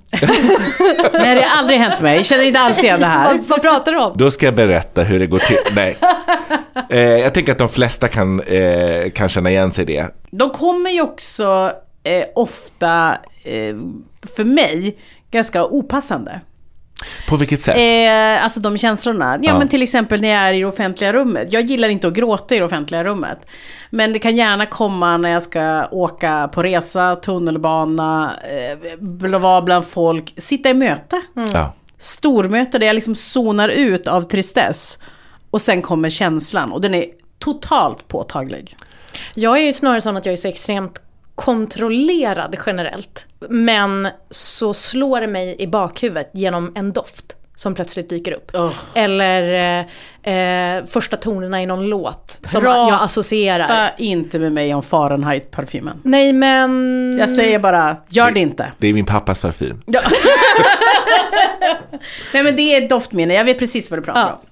Nej, det har aldrig hänt mig. Jag känner inte alls igen det här. Vad, vad pratar du om? Då ska jag berätta hur det går till. Nej. Eh, jag tänker att de flesta kan, eh, kan känna igen sig i det. De kommer ju också eh, ofta, eh, för mig, ganska opassande. På vilket sätt? Eh, alltså de känslorna. Ja, ja, men till exempel när jag är i det offentliga rummet. Jag gillar inte att gråta i det offentliga rummet. Men det kan gärna komma när jag ska åka på resa, tunnelbana, eh, vara bland folk, sitta i möte. Mm. Ja. Stormöte där jag liksom zonar ut av tristess. Och sen kommer känslan. Och den är totalt påtaglig. Jag är ju snarare sån att jag är så extremt kontrollerad generellt. Men så slår det mig i bakhuvudet genom en doft som plötsligt dyker upp. Oh. Eller eh, första tonerna i någon låt som Prata jag associerar. Prata inte med mig om Fahrenheit-parfymen. Nej, men... Jag säger bara, gör det, det inte. Det är min pappas parfym. Ja. Nej, men det är ett doftminne. Jag vet precis vad du pratar ja. om.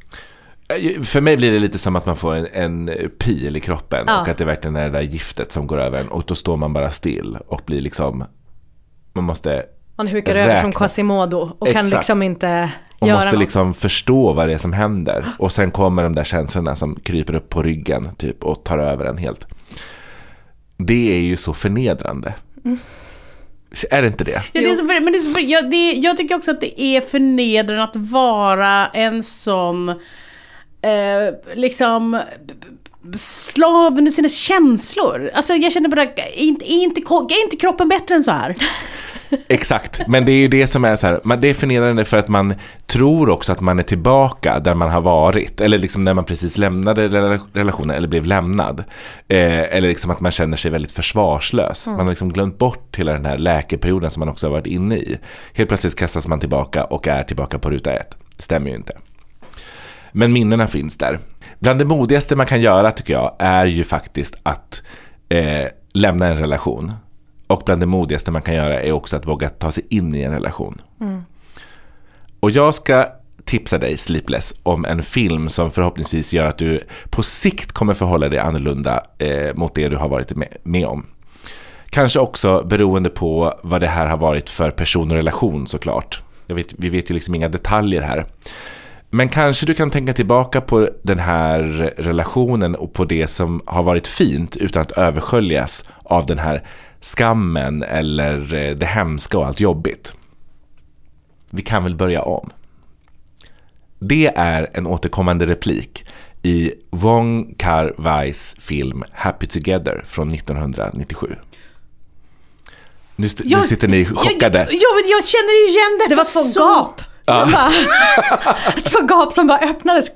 För mig blir det lite som att man får en, en pil i kroppen ja. och att det verkligen är det där giftet som går över en, och då står man bara still och blir liksom, man måste man hukar räkna över från Quasimodo och Exakt. kan liksom inte och göra måste något. liksom förstå vad det är som händer, och sen kommer de där känslorna som kryper upp på ryggen typ och tar över en helt. Det är ju så förnedrande. Mm. Är det inte det? Ja, det är så för, men det är så för, jag, det, jag tycker också att det är förnedrande att vara en sån eh, liksom slav under sina känslor. Alltså jag känner bara, är inte, är inte, är inte kroppen bättre än så här? Exakt, men det är ju det som är så här, man, det är förnedrande för att man tror också att man är tillbaka där man har varit, eller liksom när man precis lämnade relationen eller blev lämnad, eh, eller liksom att man känner sig väldigt försvarslös. Mm. Man har liksom glömt bort hela den här läkeperioden som man också har varit inne i. Helt plötsligt kastas man tillbaka och är tillbaka på ruta ett. Stämmer ju inte. Men minnena finns där. Bland det modigaste man kan göra, tycker jag, är ju faktiskt att eh, lämna en relation. Och bland det modigaste man kan göra är också att våga ta sig in i en relation. Mm. Och jag ska tipsa dig, Sleepless, om en film som förhoppningsvis gör att du på sikt kommer förhålla dig annorlunda eh, mot det du har varit med, med om. Kanske också beroende på vad det här har varit för person och relation, såklart. Jag vet, vi vet ju liksom inga detaljer här. Men kanske du kan tänka tillbaka på den här relationen och på det som har varit fint utan att översköljas av den här skammen eller det hemska och allt jobbigt. Vi kan väl börja om. Det är en återkommande replik i Wong Kar-wais film Happy Together från nittonhundranittiosju. Nu, st- jag, nu sitter ni chockade. Jag, jag, jag, jag känner igen detta. Det var två så... gap. Ja. Bara, två gap som bara öppnades.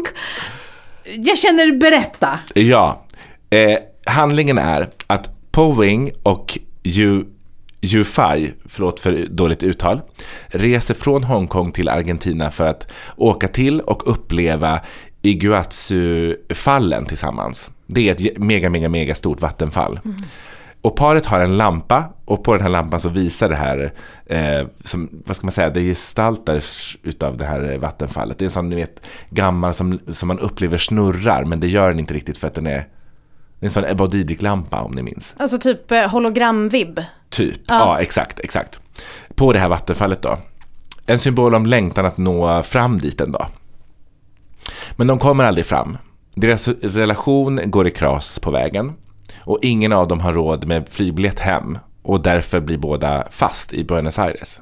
Jag känner, berätta. Ja. Eh, handlingen är att Po Wing och Yu, Yu Fai, förlåt för dåligt uttal, reser från Hongkong till Argentina för att åka till och uppleva Iguazu-fallen tillsammans. Det är ett mega, mega, mega stort vattenfall. Mm. Och paret har en lampa, och på den här lampan så visar det här, eh, som, vad ska man säga, det gestaltar utav det här vattenfallet. Det är en sån, ni vet, gammal som, som man upplever snurrar, men det gör den inte riktigt för att den är, det är en sån Ebba Didrik-lampa, om ni minns. Alltså typ eh, hologramvibb. Typ, ja. ja exakt, exakt. På det här vattenfallet då. En symbol om längtan att nå fram dit en dag. Men de kommer aldrig fram. Deras relation går i kras på vägen. Och ingen av dem har råd med flygbiljett hem. och därför blir båda fast i Buenos Aires.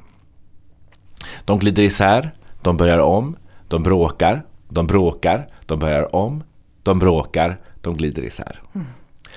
De glider isär, de börjar om, de bråkar, de bråkar, de börjar om, de bråkar, de glider isär. Mm.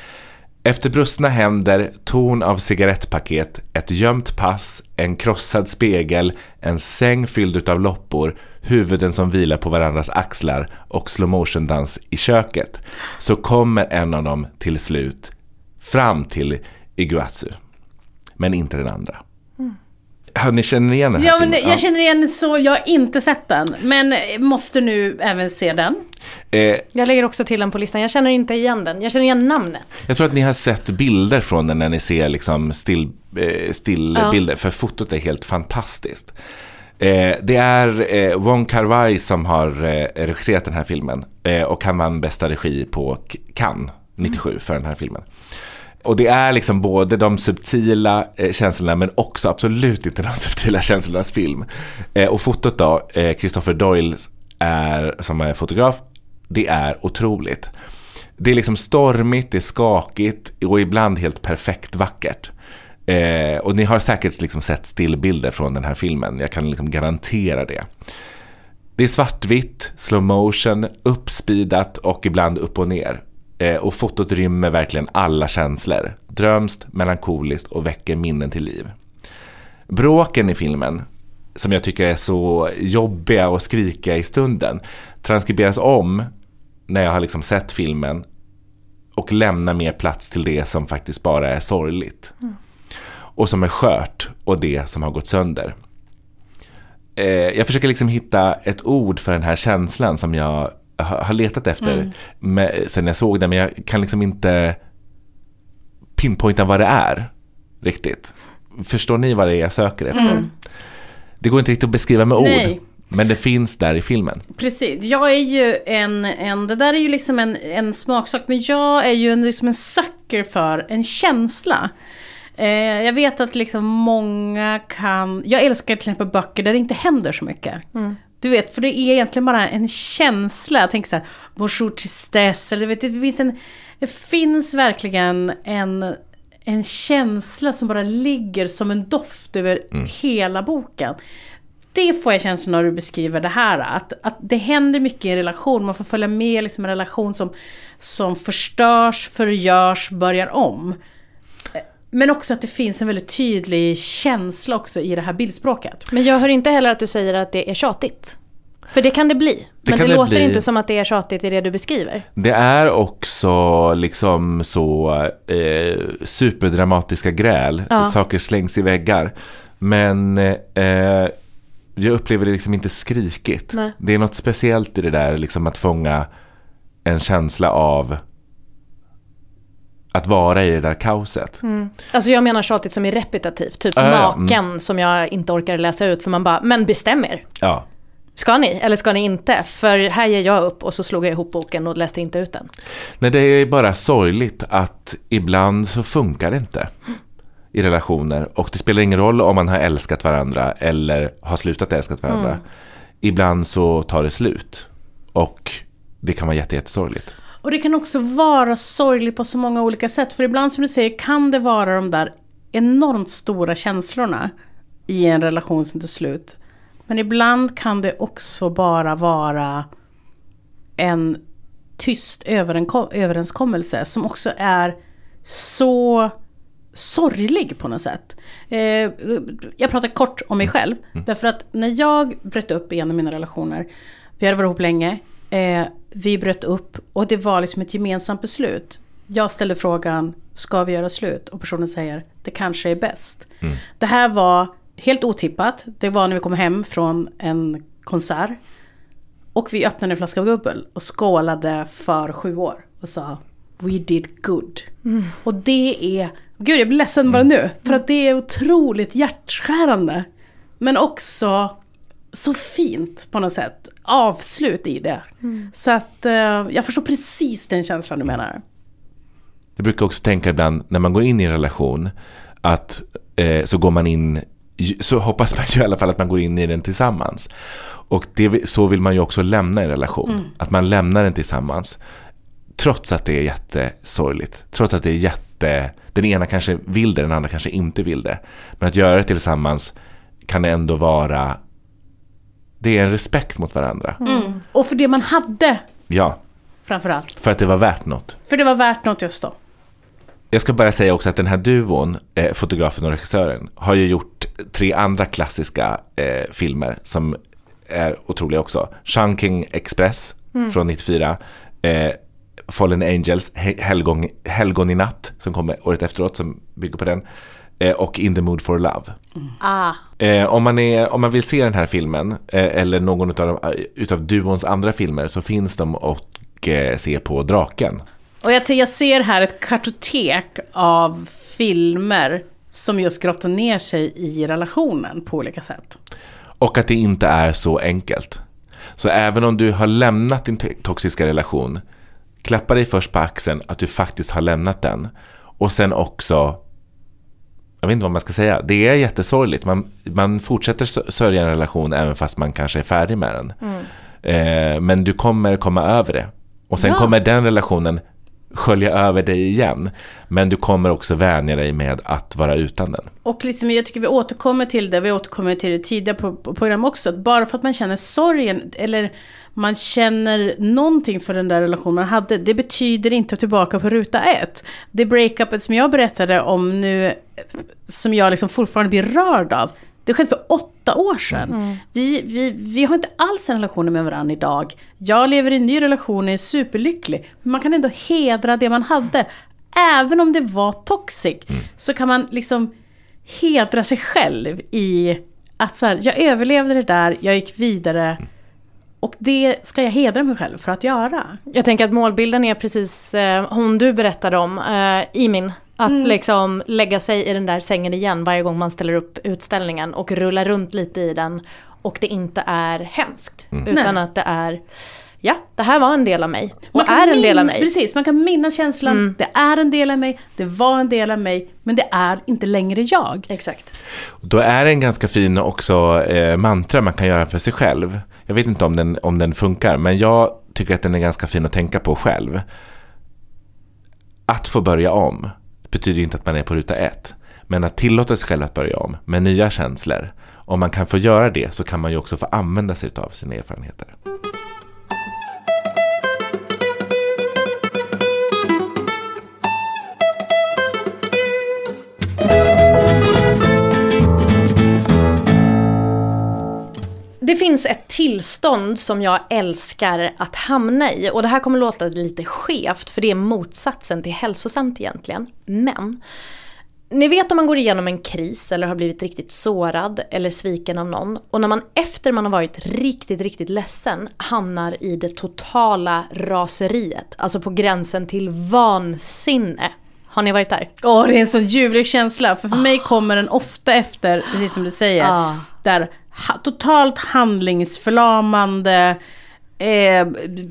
Efter brustna händer, torn av cigarettpaket, ett gömt pass, en krossad spegel, en säng fylld av loppor, huvuden som vilar på varandras axlar och slow motion dans i köket, så kommer en av dem till slut fram till Iguazu, men inte den andra. Mm. Har ni känner igen den här ja, filmen? Men jag känner igen så, jag har inte sett den, men måste nu även se den. Eh, jag lägger också till den på listan. Jag känner inte igen den. Jag känner igen namnet. Jag tror att ni har sett bilder från den när ni ser liksom still, eh, stillbilder, ja. För fotot är helt fantastiskt. Eh, det är eh, Wong Kar-wai som har eh, regisserat den här filmen eh, och han vann bästa regi på Cannes nittiosju mm. för den här filmen. Och det är liksom både de subtila eh, känslorna men också absolut inte de subtila känslornas film. Eh, och fotot då, eh, Christopher Doyle är, som är fotograf, det är otroligt. Det är liksom stormigt, det är skakigt och ibland helt perfekt vackert. Eh, och ni har säkert liksom sett stillbilder från den här filmen. Jag kan liksom garantera det. Det är svartvitt, slow motion, uppspeedat och ibland upp och ner. Eh, och fotot rymmer verkligen alla känslor. Drömst, melankoliskt och väcker minnen till liv. Bråken i filmen, som jag tycker är så jobbiga och skrika i stunden, transkriberas om när jag har liksom sett filmen och lämnar mer plats till det som faktiskt bara är sorgligt. Mm. Och som är skört och det som har gått sönder. Eh, jag försöker liksom hitta ett ord för den här känslan som jag har letat efter mm. med, sen jag såg den, men jag kan liksom inte pinpointa vad det är riktigt. Förstår ni vad det är jag söker efter? Mm. Det går inte riktigt att beskriva med Nej. ord, men det finns där i filmen. Precis, jag är ju en, en det där är ju liksom en, en smaksak, men jag är ju en, liksom en sucker för en känsla. Eh, jag vet att liksom många kan, jag älskar till exempel böcker där det inte händer så mycket. Mm. Du vet, för det är egentligen bara en känsla. Jag tänker så här, bonjour tristesse, eller vet, det finns en, det finns verkligen en en känsla som bara ligger som en doft över mm. hela boken. Det får jag känslan när du beskriver det här, att, att det händer mycket i en relation. Man får följa med liksom en relation som, som förstörs, förgörs, börjar om. Men också att det finns en väldigt tydlig känsla också i det här bildspråket. Men jag hör inte heller att du säger att det är tjatigt. För det kan det bli. Det men det, det låter bli. Inte som att det är tjatigt i det du beskriver. Det är också liksom så eh, superdramatiska gräl. Ja. Saker slängs i väggar. Men eh, jag upplever det liksom inte skrikigt. Nej. Det är något speciellt i det där liksom att fånga en känsla av att vara i det där kaoset. Mm. Alltså jag menar tjatigt som är repetitivt. Typ äh, maken mm. som jag inte orkar läsa ut. För man bara, men bestäm er. Ja. Ska ni eller ska ni inte? För här ger jag upp och så slog jag ihop boken och läste inte ut den. Nej, det är bara sorgligt att ibland så funkar det inte i relationer. Och det spelar ingen roll om man har älskat varandra eller har slutat älskat varandra. Mm. Ibland så tar det slut. Och det kan vara jätte, jättesorgligt. Och det kan också vara sorgligt på så många olika sätt. För ibland som du säger kan det vara de där enormt stora känslorna i en relation som till slut. Men ibland kan det också bara vara en tyst överenskommelse som också är så sorglig på något sätt. Eh, jag pratar kort om mig själv. Mm. Därför att när jag bröt upp i en av mina relationer, vi hade varit ihop länge, eh, vi bröt upp och det var liksom ett gemensamt beslut. Jag ställde frågan, ska vi göra slut? Och personen säger, det kanske är bäst. Mm. Det här var helt otippat. Det var när vi kom hem från en konsert. Och vi öppnade en flaska bubbel och skålade för sju år. Och sa, we did good. Mm. Och det är, gud jag blir ledsen bara nu. För att det är otroligt hjärtskärande. Men också så fint på något sätt. Avslut i det. Mm. Så att uh, jag förstår precis den känslan du menar. Jag brukar också tänka ibland när man går in i en relation. Att eh, så går man in, så hoppas man ju i alla fall att man går in i den tillsammans. Och det, så vill man ju också lämna en relation. Mm. Att man lämnar den tillsammans. Trots att det är jättesorgligt. Trots att det är jätte, inte, den ena kanske vill det, den andra kanske inte vill det. Men att göra det tillsammans kan det ändå vara, det är en respekt mot varandra. Mm. Och för det man hade. Ja. Framförallt. För att det var värt något. För det var värt något just då. Jag ska bara säga också att den här duon, eh, fotografen och regissören, har ju gjort tre andra klassiska eh, filmer som är otroliga också. Chungking Express mm. från nittiofyra, eh, Fallen Angels, Helgon, Helgon i natt som kommer året efteråt som bygger på den, eh, och In the Mood for Love. Mm. Ah. Eh, om, man är, om man vill se den här filmen eh, eller någon utav, utav duons andra filmer så finns de och eh, se på Draken. Och jag, jag ser här ett kartotek av filmer som just grottar ner sig i relationen på olika sätt. Och att det inte är så enkelt. Så även om du har lämnat din toxiska relation, klappa dig först på axeln att du faktiskt har lämnat den. Och sen också, jag vet inte vad man ska säga, det är jättesorgligt. Man, man fortsätter sörja en relation även fast man kanske är färdig med den. Mm. Eh, men du kommer komma över det. Och sen ja. kommer den relationen skölja över dig igen. Men du kommer också vänja dig med att vara utan den. Och liksom, jag tycker vi återkommer till det. Vi återkommer till det tidigare på, på program också. Bara för att man känner sorgen eller man känner någonting för den där relationen man hade, det betyder inte tillbaka på ruta ett. Det breakupet som jag berättade om nu, som jag liksom fortfarande blir rörd av, det skedde för åtta år sedan. Mm. Vi, vi, vi har inte alls en relation med varandra idag. Jag lever i en ny relation och är superlycklig. Men man kan ändå hedra det man hade. Även om det var toxic mm. så kan man liksom hedra sig själv i att så här, jag överlevde det där, jag gick vidare. Mm. Och det ska jag hedra mig själv för att göra. Jag tänker att målbilden är precis eh, hon du berättade om, eh, i min. Att mm. liksom lägga sig i den där sängen igen varje gång man ställer upp utställningen och rulla runt lite i den och det inte är hemskt. Mm. Utan Nej. att det är, ja, det här var en del av mig och är en min- del av mig. Precis, man kan minnas känslan, mm. det är en del av mig, det var en del av mig, men det är inte längre jag. Exakt. Då är det en ganska fin också eh, mantra man kan göra för sig själv. Jag vet inte om den, om den funkar, men jag tycker att den är ganska fin att tänka på själv. Att få börja om betyder inte att man är på ruta ett. Men att tillåta sig själv att börja om med nya känslor. Om man kan få göra det så kan man ju också få använda sig av sina erfarenheter. Det finns ett tillstånd som jag älskar att hamna i. Och det här kommer låta lite skevt, för det är motsatsen till hälsosamt egentligen. Men ni vet om man går igenom en kris eller har blivit riktigt sårad eller sviken av någon. Och när man efter man har varit riktigt, riktigt ledsen hamnar i det totala raseriet. Alltså på gränsen till vansinne. Har ni varit där? Åh, det är en sån ljuvlig känsla. För för oh. mig kommer den ofta efter, precis som du säger, oh. där ha, totalt handlingsförlamande, eh,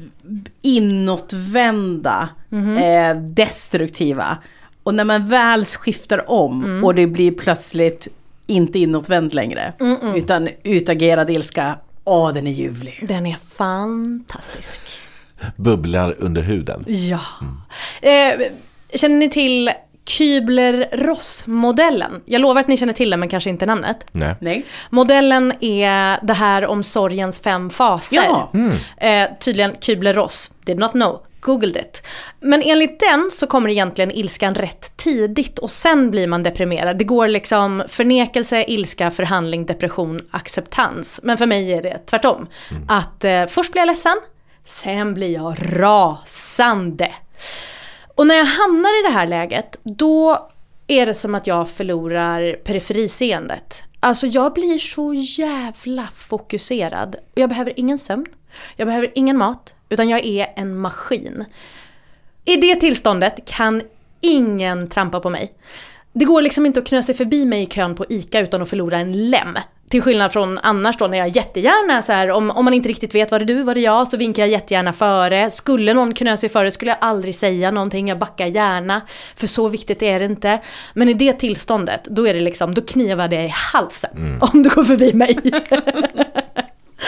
inåtvända, mm-hmm. eh, destruktiva. Och när man väl skiftar om mm. och det blir plötsligt inte inåtvänd längre, Mm-mm. utan utagerad ilska, åh, den är ljuvlig. Den är fantastisk. Bubblar under huden. Ja. Mm. Eh, känner ni till Kübler-Ross-modellen? Jag lovar att ni känner till den, men kanske inte namnet. Nej. Nej. Modellen är det här om sorgens fem faser. Ja. Mm. Eh, tydligen Kübler-Ross. Did not know. Googled it. Men enligt den så kommer egentligen ilskan rätt tidigt och sen blir man deprimerad. Det går liksom förnekelse, ilska, förhandling, depression, acceptans. Men för mig är det tvärtom. Mm. Att eh, först blir jag ledsen, sen blir jag rasande. Och när jag hamnar i det här läget, då är det som att jag förlorar periferiseendet. Alltså jag blir så jävla fokuserad. Och jag behöver ingen sömn. Jag behöver ingen mat. Utan jag är en maskin. I det tillståndet kan ingen trampa på mig. Det går liksom inte att knö sig förbi mig i kön på ICA utan att förlora en lem. Till skillnad från annars då när jag jättegärna så här, om, om man inte riktigt vet vad det är du, vad det är jag, så vinkar jag jättegärna före. Skulle någon knö sig före skulle jag aldrig säga någonting, jag backar gärna. För så viktigt är det inte. Men i det tillståndet, då är det liksom, då knivar det i halsen mm. om du går förbi mig.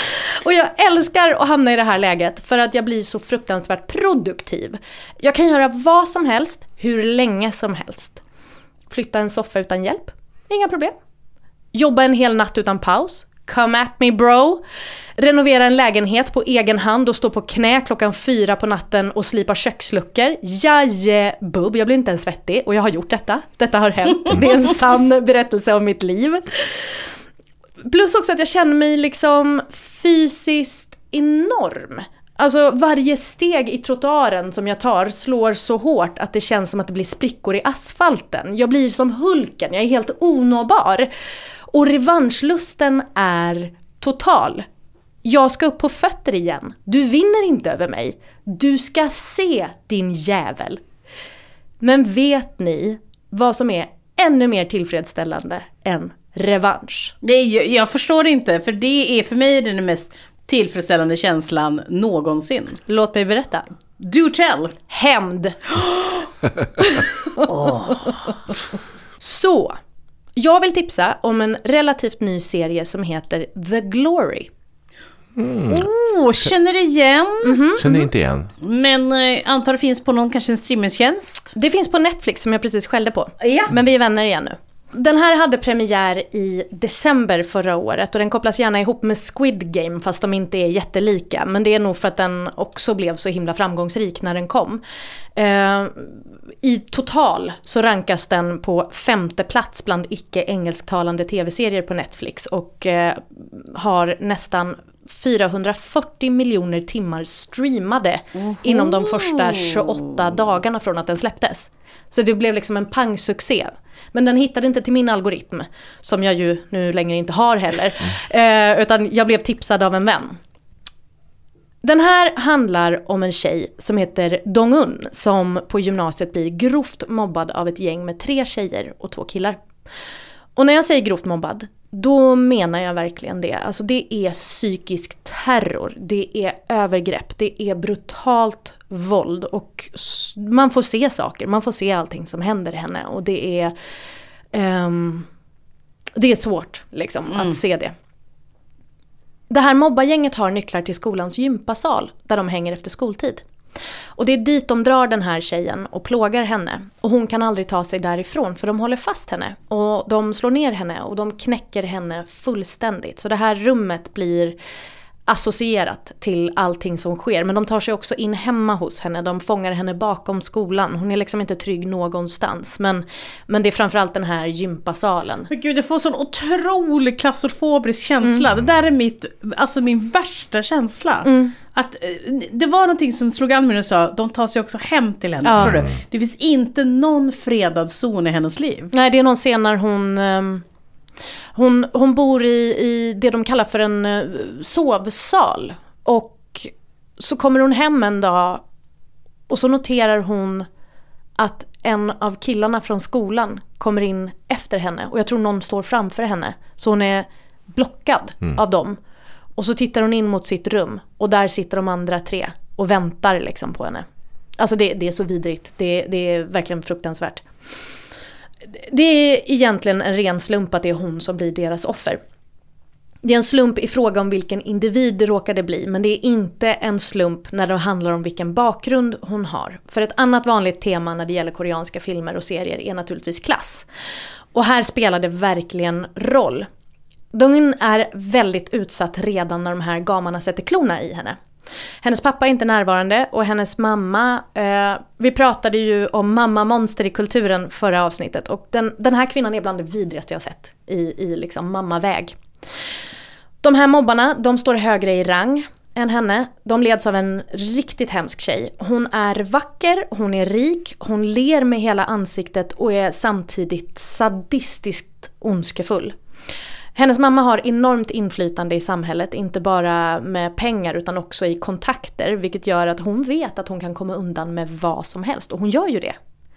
Och jag älskar att hamna i det här läget för att jag blir så fruktansvärt produktiv. Jag kan göra vad som helst, hur länge som helst. Flytta en soffa utan hjälp, inga problem. Jobba en hel natt utan paus. Come at me bro. Renovera en lägenhet på egen hand och stå på knä klockan fyra på natten och slipa köksluckor. Jajebub, jag blir inte ens svettig och jag har gjort detta. Detta har hänt. Det är en sann berättelse om mitt liv. Plus också att jag känner mig liksom fysiskt enorm. Alltså varje steg i trottoaren som jag tar slår så hårt att det känns som att det blir sprickor i asfalten. Jag blir som Hulken, jag är helt onåbar. Och revanschlusten är total. Jag ska upp på fötter igen. Du vinner inte över mig. Du ska se, din jävel. Men vet ni vad som är ännu mer tillfredsställande än revansch? Det är, jag förstår inte, för det är för mig den mest tillfredsställande känslan någonsin. Låt mig berätta. Do tell. Hämnd. oh. Så, jag vill tipsa om en relativt ny serie som heter The Glory. Mm. Oh, känner igen. Mm-hmm. Känner inte igen. Men eh, antar det finns på någon kanske en streamingtjänst. Det finns på Netflix som jag precis skällde på. Ja. Men vi är vänner igen nu. Den här hade premiär i december förra året och den kopplas gärna ihop med Squid Game fast de inte är jättelika. Men det är nog för att den också blev så himla framgångsrik när den kom. Eh, I total så rankas den på femte plats bland icke-engelsktalande tv-serier på Netflix och eh, har nästan fyrahundrafyrtio miljoner timmar streamade Oho. inom de första tjugoåtta dagarna från att den släpptes. Så det blev liksom en pangsuccé. Men den hittade inte till min algoritm, som jag ju nu längre inte har heller. Eh, utan jag blev tipsad av en vän. Den här handlar om en tjej som heter Dong-un som på gymnasiet blir grovt mobbad av ett gäng med tre tjejer och två killar. Och när jag säger grovt mobbad, då menar jag verkligen det. Alltså det är psykisk terror, det är övergrepp, det är brutalt våld och man får se saker, man får se allting som händer henne och det är um, det är svårt liksom mm. att se det. Det här mobbagänget har nycklar till skolans gympasal där de hänger efter skoltid. Och det är dit de drar den här tjejen och plågar henne. Och hon kan aldrig ta sig därifrån för de håller fast henne. Och de slår ner henne och de knäcker henne fullständigt. Så det här rummet blir associerat till allting som sker. Men de tar sig också in hemma hos henne. De fångar henne bakom skolan. Hon är liksom inte trygg någonstans. Men, men det är framförallt den här gympasalen. Men gud, jag får sån otrolig klaustrofobisk känsla. Mm. Det där är mitt, alltså min värsta känsla. Mm. Att det var någonting som slog an mig och sa, de tar sig också hem till henne. Ja. Tror du? Det finns inte någon fredad zon i hennes liv. Nej, det är någon scen när hon... Um... Hon, hon bor i, i det de kallar för en uh, sovsal. Och så kommer hon hem en dag och så noterar hon att en av killarna från skolan kommer in efter henne. Och jag tror någon står framför henne. Så hon är blockad mm. av dem. Och så tittar hon in mot sitt rum och där sitter de andra tre och väntar liksom på henne. Alltså det, det är så vidrigt. Det, det är verkligen fruktansvärt. Det är egentligen en ren slump att det är hon som blir deras offer. Det är en slump i fråga om vilken individ det råkade bli, men det är inte en slump när det handlar om vilken bakgrund hon har. För ett annat vanligt tema när det gäller koreanska filmer och serier är naturligtvis klass. Och här spelar det verkligen roll. Dong-un är väldigt utsatt redan när de här gamarna sätter klorna i henne. Hennes pappa är inte närvarande och hennes mamma, eh, vi pratade ju om mamma-monster i kulturen förra avsnittet och den, den här kvinnan är bland det vidrigaste jag sett i, i liksom mammaväg. De här mobbarna, de står högre i rang än henne. De leds av en riktigt hemsk tjej. Hon är vacker, hon är rik, hon ler med hela ansiktet och är samtidigt sadistiskt ondskefull. Hennes mamma har enormt inflytande i samhället, inte bara med pengar utan också i kontakter, vilket gör att hon vet att hon kan komma undan med vad som helst och hon gör ju det.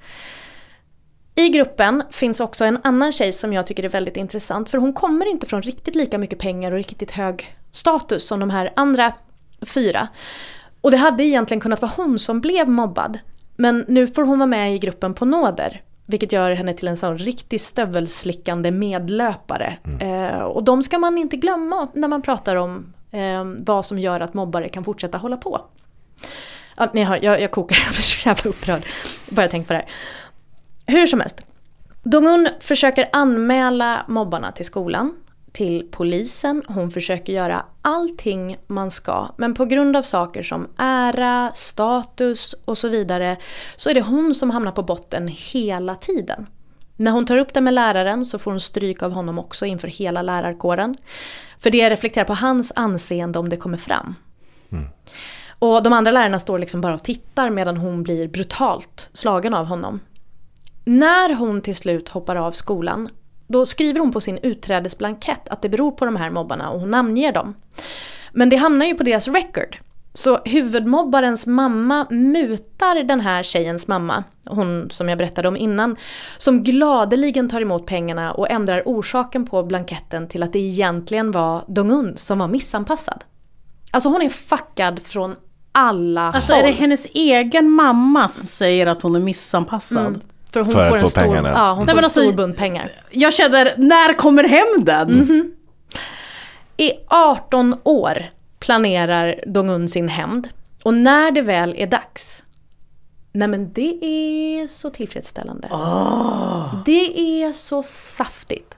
I gruppen finns också en annan tjej som jag tycker är väldigt intressant för hon kommer inte från riktigt lika mycket pengar och riktigt hög status som de här andra fyra. Och det hade egentligen kunnat vara hon som blev mobbad, men nu får hon vara med i gruppen på nåder. Vilket gör henne till en sån riktigt stövelslickande medlöpare. Mm. Eh, och de ska man inte glömma när man pratar om eh, vad som gör att mobbare kan fortsätta hålla på. Ja, ni hör, jag, jag kokar, jag blir så jävla upprörd. Bara tänk på det här. Hur som helst. Dong-un försöker anmäla mobbarna till skolan, till polisen. Hon försöker göra allting man ska. Men på grund av saker som ära, status och så vidare så är det hon som hamnar på botten hela tiden. När hon tar upp det med läraren så får hon stryk av honom också inför hela lärarkåren. För det reflekterar på hans anseende om det kommer fram. Mm. Och de andra lärarna står liksom bara och tittar medan hon blir brutalt slagen av honom. När hon till slut hoppar av skolan, då skriver hon på sin utträdesblankett att det beror på de här mobbarna och hon namnger dem. Men det hamnar ju på deras record. Så huvudmobbarens mamma mutar den här tjejens mamma, hon som jag berättade om innan, som gladeligen tar emot pengarna och ändrar orsaken på blanketten till att det egentligen var Dong-un som var missanpassad. Alltså hon är fuckad från alla alltså håll. Är det hennes egen mamma som säger att hon är missanpassad? Mm. För hon för får en få stor, pengarna. ja, hon Nej, får en alltså, stor bunt pengar. Jag känner, när kommer hämnden? Mm-hmm. I arton år planerar Dong-un sin hämnd. Och när det väl är dags, nej men det är så tillfredsställande. Oh. Det är så saftigt.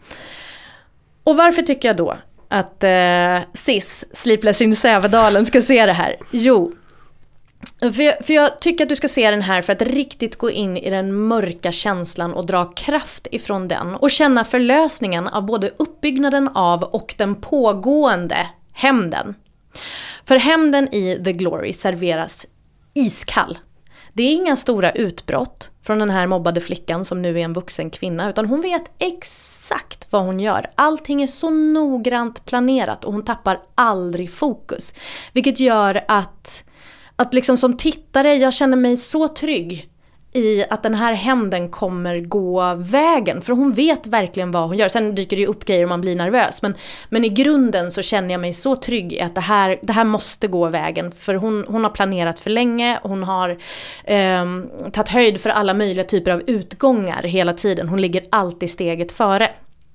Och varför tycker jag då att eh, Sis, Sleepless in Sävedalen, ska se det här? Jo, för jag, för jag tycker att du ska se den här för att riktigt gå in i den mörka känslan och dra kraft ifrån den. Och känna förlösningen av både uppbyggnaden av och den pågående hämnden. För hämnden i The Glory serveras iskall. Det är inga stora utbrott från den här mobbade flickan som nu är en vuxen kvinna, utan hon vet exakt vad hon gör. Allting är så noggrant planerat och hon tappar aldrig fokus. Vilket gör att, att liksom som tittare jag känner mig så trygg i att den här hämnden kommer gå vägen. För hon vet verkligen vad hon gör. Sen dyker det ju upp grejer och man blir nervös. Men, men i grunden så känner jag mig så trygg i att det här, det här måste gå vägen. För hon, hon har planerat för länge. Hon har eh, tagit höjd för alla möjliga typer av utgångar hela tiden. Hon ligger alltid steget före.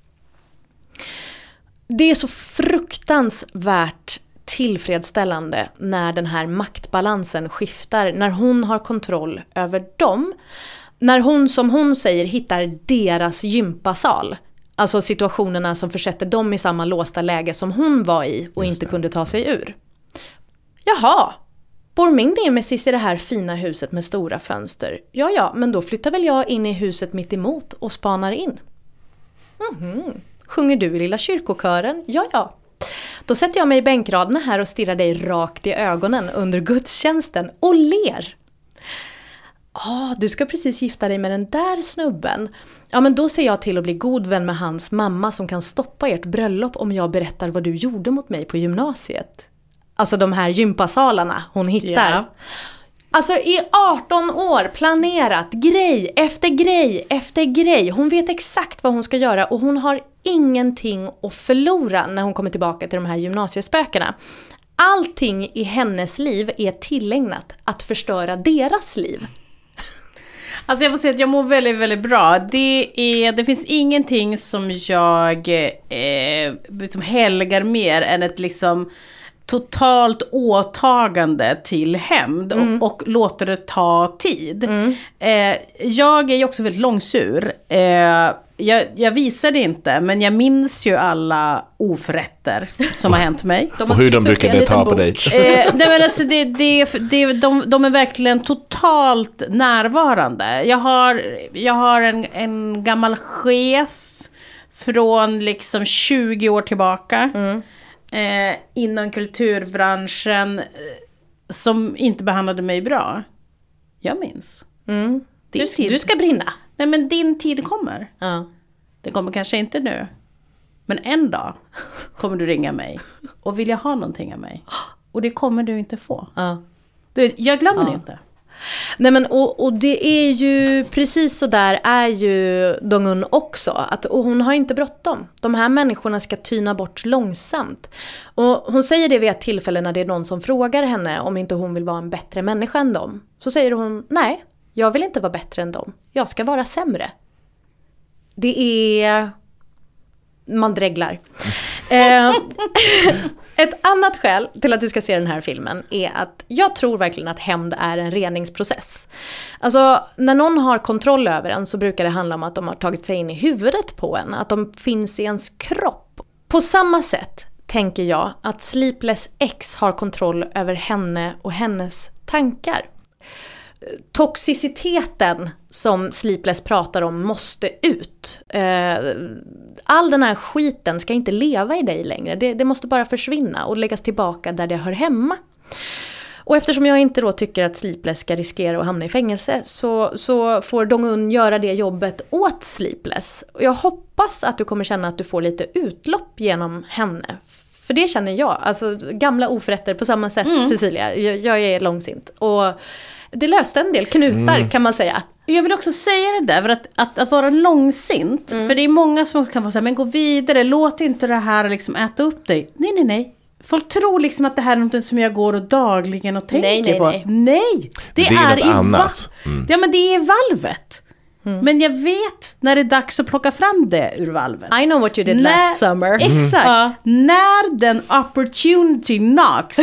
Det är så fruktansvärt tillfredsställande när den här maktbalansen skiftar, när hon har kontroll över dem, när hon som hon säger hittar deras gympasal, alltså situationerna som försätter dem i samma låsta läge som hon var i och inte kunde ta sig ur. Jaha, bor min nemesis i det här fina huset med stora fönster? Ja, ja, men då flyttar väl jag in i huset mitt emot och spanar in. Mm-hmm. Sjunger du i lilla kyrkokören? Ja, ja. Då sätter jag mig i bänkraderna här och stirrar dig rakt i ögonen under gudstjänsten och ler. Ja, ah, du ska precis gifta dig med den där snubben. Ja, men då ser jag till att bli god vän med hans mamma som kan stoppa ert bröllop om jag berättar vad du gjorde mot mig på gymnasiet. Alltså de här gympasalarna hon hittar. Yeah. Alltså i arton år planerat grej efter grej efter grej. Hon vet exakt vad hon ska göra och hon har ingenting att förlora när hon kommer tillbaka till de här gymnasiespökena. Allting i hennes liv är tillägnat att förstöra deras liv. Alltså jag får säga att jag mår väldigt, väldigt bra. Det, är, det finns ingenting som jag eh, liksom helgar mer än ett liksom totalt åtagande till hämnd och, mm. och låter det ta tid. Mm. Eh, jag är ju också väldigt långsur. Eh, jag, jag visar det inte, men jag minns ju alla oförrätter som har hänt mig. De och hur de brukade ta på dig. Eh, nej, men alltså det, det, det, de, de är verkligen totalt närvarande. Jag har, jag har en, en gammal chef från liksom tjugo år tillbaka. Mm. Eh, inom kulturbranschen eh, som inte behandlade mig bra. Jag minns. Mm. Du, du ska brinna. Nej, men din tid kommer. Ja. Det kommer kanske inte nu. Men en dag kommer du ringa mig och vilja ha någonting av mig. Och det kommer du inte få. Ja. Du, jag glömmer ja. det inte. Nej, men och, och det är ju precis så där är ju Dong-un också, att, och hon har inte bråttom. De här människorna ska tyna bort långsamt. Och hon säger det vid ett tillfälle när det är någon som frågar henne om inte hon vill vara en bättre människa än dem. Så säger hon, nej, jag vill inte vara bättre än dem. Jag ska vara sämre. Det är... Man dreglar. eh, Ett annat skäl till att du ska se den här filmen är att jag tror verkligen att hämnd är en reningsprocess. Alltså, när någon har kontroll över en så brukar det handla om att de har tagit sig in i huvudet på en, att de finns i ens kropp. På samma sätt tänker jag att Sleepless Ex har kontroll över henne och hennes tankar. Toxiciteten som Sleepless pratar om måste ut. All den här skiten ska inte leva i dig längre. Det, det måste bara försvinna och läggas tillbaka där det hör hemma. Och eftersom jag inte då tycker att Sleepless ska riskera att hamna i fängelse så, så får Dong-Un göra det jobbet åt Sleepless. Och jag hoppas att du kommer känna att du får lite utlopp genom henne. För det känner jag. Alltså gamla oförrätter på samma sätt, mm. Cecilia. Jag, jag är långsint. Och det löste en del knutar mm. kan man säga. Jag vill också säga det där, för att, att, att vara långsint. Mm. För det är många som kan få säga, men gå vidare, låt inte det här liksom äta upp dig. Nej, nej, nej. Folk tror liksom att det här är något som jag går och dagligen och tänker nej, nej, på. Nej, nej. Det, det är, är i annat. Va- mm. Ja, men det är valvet. Mm. Men jag vet när det är dags att plocka fram det ur valvet. I know what you did när, last summer. Exakt. Mm. När den opportunity knocks,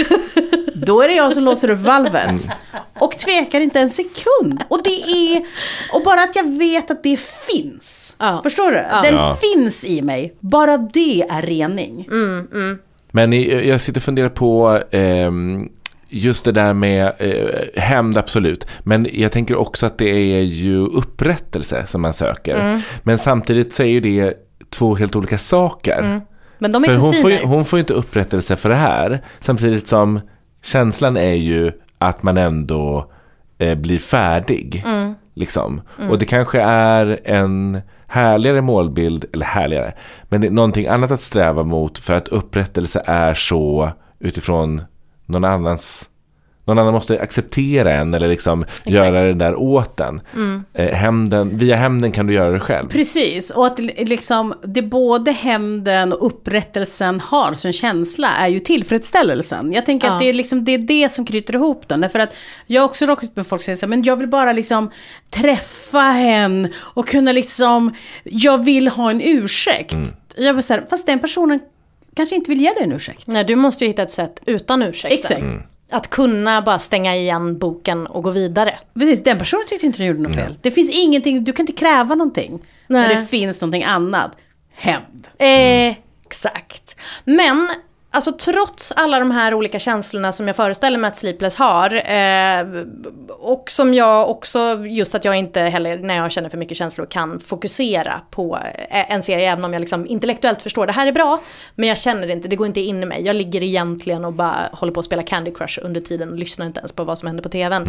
då är det jag som låser upp valvet. Mm. Och tvekar inte en sekund. Och det är och bara att jag vet att det finns. Ja. Förstår du? Ja. Den ja. finns i mig. Bara det är rening. Mm, mm. Men jag sitter och funderar på eh, just det där med eh, hämnd, absolut. Men jag tänker också att det är ju upprättelse som man söker. Mm. Men samtidigt så är ju det två helt olika saker. Mm. Men de är för hon får, ju, kusiner. hon får ju inte upprättelse för det här. Samtidigt som känslan är ju att man ändå eh, blir färdig. Mm. Liksom. Mm. Och det kanske är en härligare målbild, eller härligare, men det är någonting annat att sträva mot, för att upprättelse är så utifrån någon annans, någon annan måste acceptera en eller liksom Exakt. göra det där åt en. Mm. Eh, hämnden, via hämnden kan du göra det själv. Precis, och att liksom det både hämnden och upprättelsen har som känsla är ju tillfredsställelsen. Jag tänker ja. att det är, liksom, det är det som knyter ihop den. Därför att jag har också råkat med folk som säger men jag vill bara liksom träffa henne och kunna liksom, jag vill ha en ursäkt. Mm. Jag vill säga, fast den personen kanske inte vill ge dig en ursäkt. Nej, du måste ju hitta ett sätt utan ursäkt. Exakt. Mm. Att kunna bara stänga igen boken och gå vidare. Precis, den personen tyckte inte den gjorde något fel. Mm. Det finns ingenting, du kan inte kräva någonting. Nej. När det finns någonting annat. Hämnd. Mm. Eh, exakt. Men, alltså trots alla de här olika känslorna som jag föreställer mig att Sleepless har. Eh, och som jag också, just att jag inte heller, när jag känner för mycket känslor, kan fokusera på en serie. Även om jag liksom intellektuellt förstår, det här är bra. Men jag känner det inte, det går inte in i mig. Jag ligger egentligen och bara håller på att spela Candy Crush under tiden. Och lyssnar inte ens på vad som händer på tvn.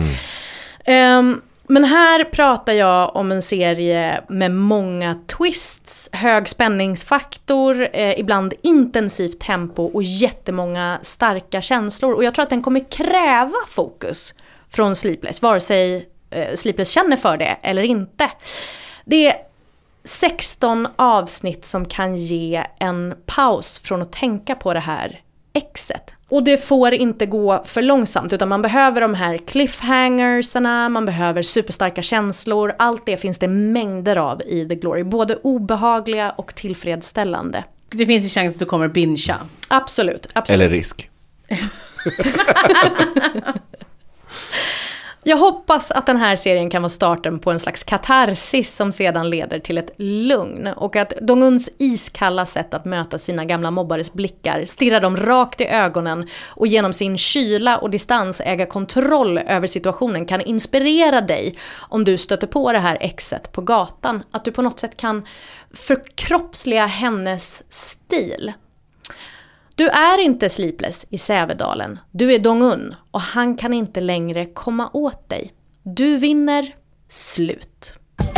Mm. Eh, Men här pratar jag om en serie med många twists, hög spänningsfaktor, eh, ibland intensivt tempo och jättemånga starka känslor. Och jag tror att den kommer kräva fokus från Sleepless, vare sig eh, Sleepless känner för det eller inte. Det är sexton avsnitt som kan ge en paus från att tänka på det här exet. Och det får inte gå för långsamt, utan man behöver de här cliffhangersarna, man behöver superstarka känslor. Allt det finns det mängder av i The Glory, både obehagliga och tillfredsställande. Det finns en chans att du kommer bingea. Absolut, absolut. Eller risk. Jag hoppas att den här serien kan vara starten på en slags katarsis som sedan leder till ett lugn. Och att Dong-Uns iskalla sätt att möta sina gamla mobbares blickar, stirra dem rakt i ögonen och genom sin kyla och distans äga kontroll över situationen kan inspirera dig om du stöter på det här exet på gatan. Att du på något sätt kan förkroppsliga hennes stil. Du är inte Sleepless i Sävedalen. Du är Dong-Un och han kan inte längre komma åt dig. Du vinner, slut.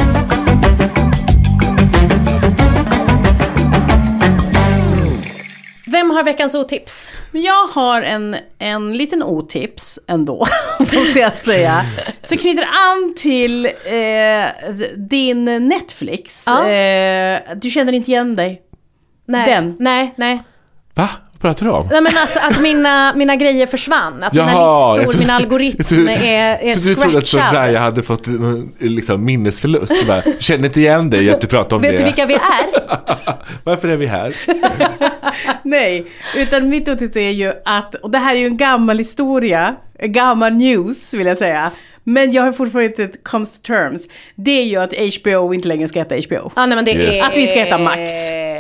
Vem har veckans otips? Jag har en, en liten otips ändå, måste jag säga. Så knyter an till eh, din Netflix. Ja. Eh, du känner inte igen dig. Nej, Den. nej, nej. Va? Vad pratar du om? Nej, men att, att mina, mina grejer försvann. Att Jaha, mina listor, tror, mina algoritmer är, är så du trodde att scratchade. jag hade fått en, liksom, minnesförlust? Bara, känner inte igen dig att du pratar om Vet det. du vilka vi är? Varför är vi här? Nej, utan mitt otips är ju att, och det här är ju en gammal historia, en gammal news vill jag säga, men jag har fortfarande inte comes to terms. Det är ju att H B O inte längre ska heta H B O. Ja, nej, men det Yes. är... Att vi ska heta Max.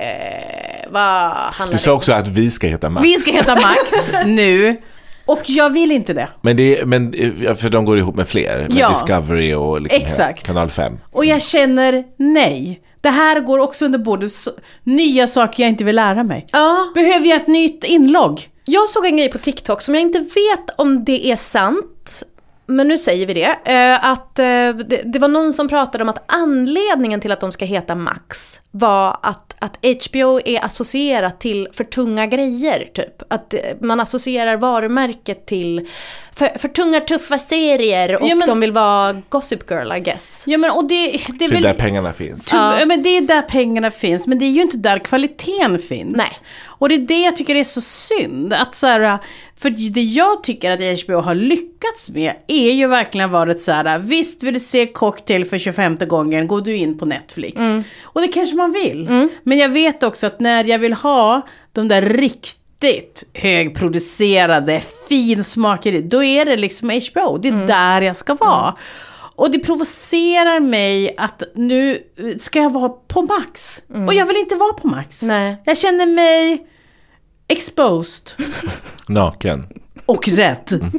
Vad handlar Du sa det om? också att vi ska heta Max. Vi ska heta Max nu. Och jag vill inte det. Men det är, men, för de går ihop med fler. Med Ja. Discovery och liksom Exakt. Kanal fem. Och jag känner nej. Det här går också under både so- nya saker jag inte vill lära mig. Ja. Behöver jag ett nytt inlogg? Jag såg en grej på TikTok som jag inte vet om det är sant. Men nu säger vi det. Eh, att eh, det, det var någon som pratade om att anledningen till att de ska heta Max var att, att H B O är associerat till för tunga grejer typ. Att eh, man associerar varumärket till för, för tunga tuffa serier och Ja, men- de vill vara Gossip Girl, I guess. Ja, men och det, det är För väl... där pengarna finns. Ty- ja. Men det är där pengarna finns, men det är ju inte där kvaliteten finns. Nej. Och det är det jag tycker är så synd. Att så här, för det jag tycker att H B O har lyckats med är ju verkligen varit så här: visst vill du se Cocktail för tjugofemte gången, går du in på Netflix. Mm. Och det kanske man vill. Mm. Men jag vet också att när jag vill ha de där riktigt högproducerade, finsmakade, då är det liksom H B O. Det är mm. där jag ska vara. Mm. Och det provocerar mig att nu ska jag vara på Max. Mm. Och jag vill inte vara på Max. Nej. Jag känner mig exposed. Naken. Och rädd. Mm.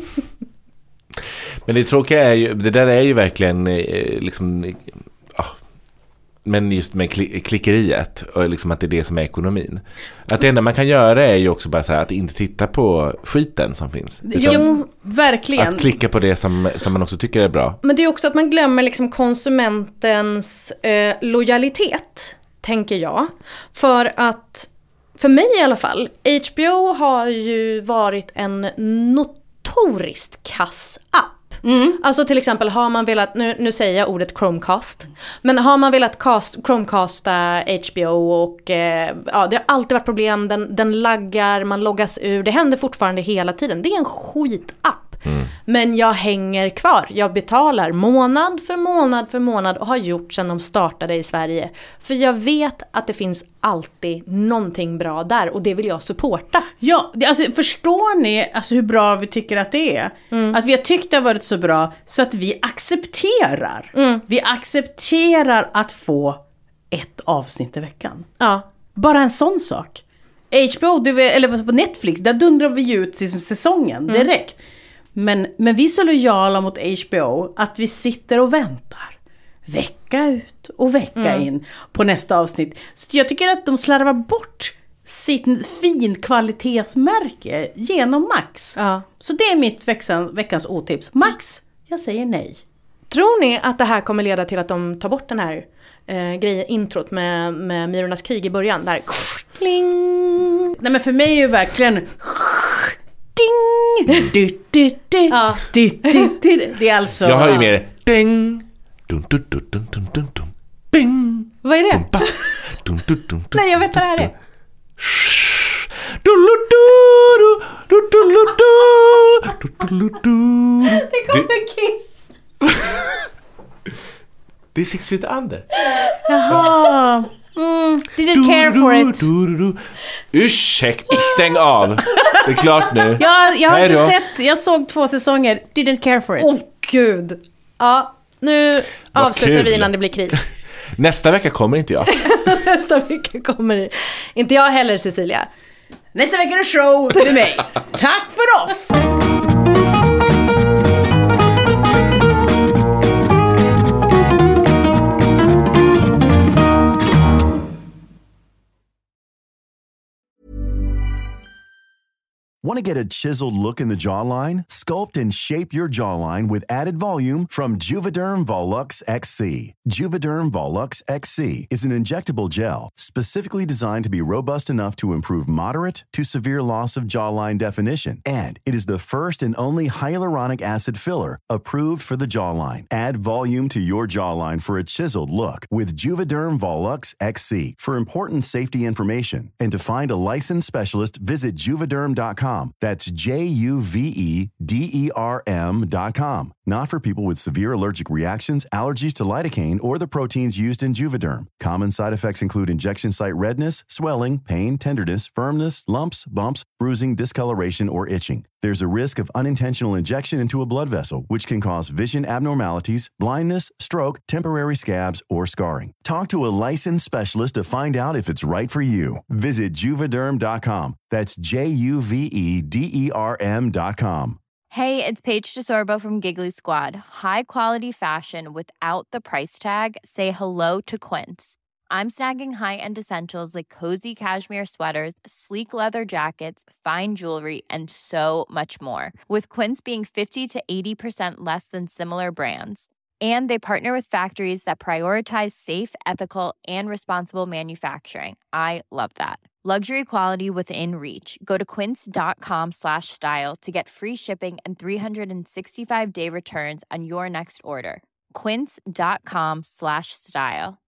Men det tråkiga är ju, det där är ju verkligen eh, liksom, ja, men just med kli- klickeriet och liksom att det är det som är ekonomin. Att det enda man kan göra är ju också bara så här att inte titta på skiten som finns. Jo, verkligen. Att klicka på det som, som man också tycker är bra. Men det är också att man glömmer liksom konsumentens eh, lojalitet, tänker jag. För att, för mig i alla fall, H B O har ju varit en notoriskt kass app. Mm. Alltså till exempel har man velat, nu, nu säger jag ordet Chromecast, men har man velat cast, Chromecasta H B O och eh, ja, det har alltid varit problem, den, den laggar, man loggas ur, det händer fortfarande hela tiden, det är en skitapp. Mm. Men jag hänger kvar. Jag betalar månad för månad för månad och har gjort sedan de startade i Sverige. För jag vet att det finns alltid någonting bra där och det vill jag supporta. Ja, det, alltså, förstår ni alltså, hur bra vi tycker att det är? Mm. Att vi har tyckt det har varit så bra så att vi accepterar. Mm. Vi accepterar att få ett avsnitt i veckan. Ja. Bara en sån sak. H B O, eller på Netflix, där dundrar vi ut säsongen mm. direkt. Men, men vi är så lojala mot H B O att vi sitter och väntar vecka ut och vecka mm. in på nästa avsnitt. Så jag tycker att de slarvar bort sitt fin kvalitetsmärke genom Max. Ja. Så det är mitt veckans, veckans otips. Max, jag säger nej. Tror ni att det här kommer leda till att de tar bort den här eh, grejen, introt med, med Myrornas krig i början? Där kling. Nej, men för mig är ju verkligen ding! Du, du, du, ja. du, du, du. Det är alltså... Jag har ju mer ding! Dun, dun, dun, dun, dun, dun, dun. Ding! Vad är det? Dun, dun, dun, dun, nej, jag vet vad det här är. Det kommer en kiss. Det är Six Feet Under. Jaha. Mm, didn't care for it. Ursäkta, stäng av. Det är klart nu. Jag, jag har inte sett, jag såg två säsonger. Didn't care for it. Åh oh, gud. Ja, nu Vad avslutar kul. vi innan det blir kris. Nästa vecka kommer inte jag. Nästa vecka kommer inte jag heller, Cecilia. Nästa vecka är det show med mig. Tack för oss. Want to get a chiseled look in the jawline? Sculpt and shape your jawline with added volume from Juvederm Volux X C. Juvederm Volux X C is an injectable gel specifically designed to be robust enough to improve moderate to severe loss of jawline definition. And it is the first and only hyaluronic acid filler approved for the jawline. Add volume to your jawline for a chiseled look with Juvederm Volux X C. For important safety information and to find a licensed specialist, visit juvederm dot com. That's J U V E D E R M dot com. Not for people with severe allergic reactions, allergies to lidocaine, or the proteins used in Juvederm. Common side effects include injection site redness, swelling, pain, tenderness, firmness, lumps, bumps, bruising, discoloration, or itching. There's a risk of unintentional injection into a blood vessel, which can cause vision abnormalities, blindness, stroke, temporary scabs, or scarring. Talk to a licensed specialist to find out if it's right for you. Visit juvederm dot com. That's J U V E D E R M dot com. Hey, it's Paige DeSorbo from Giggly Squad. High quality fashion without the price tag. Say hello to Quince. I'm snagging high-end essentials like cozy cashmere sweaters, sleek leather jackets, fine jewelry, and so much more. With Quince being fifty to eighty percent less than similar brands. And they partner with factories that prioritize safe, ethical, and responsible manufacturing. I love that. Luxury quality within reach. Go to quince dot com slash style to get free shipping and three sixty-five day returns on your next order. quince dot com slash style.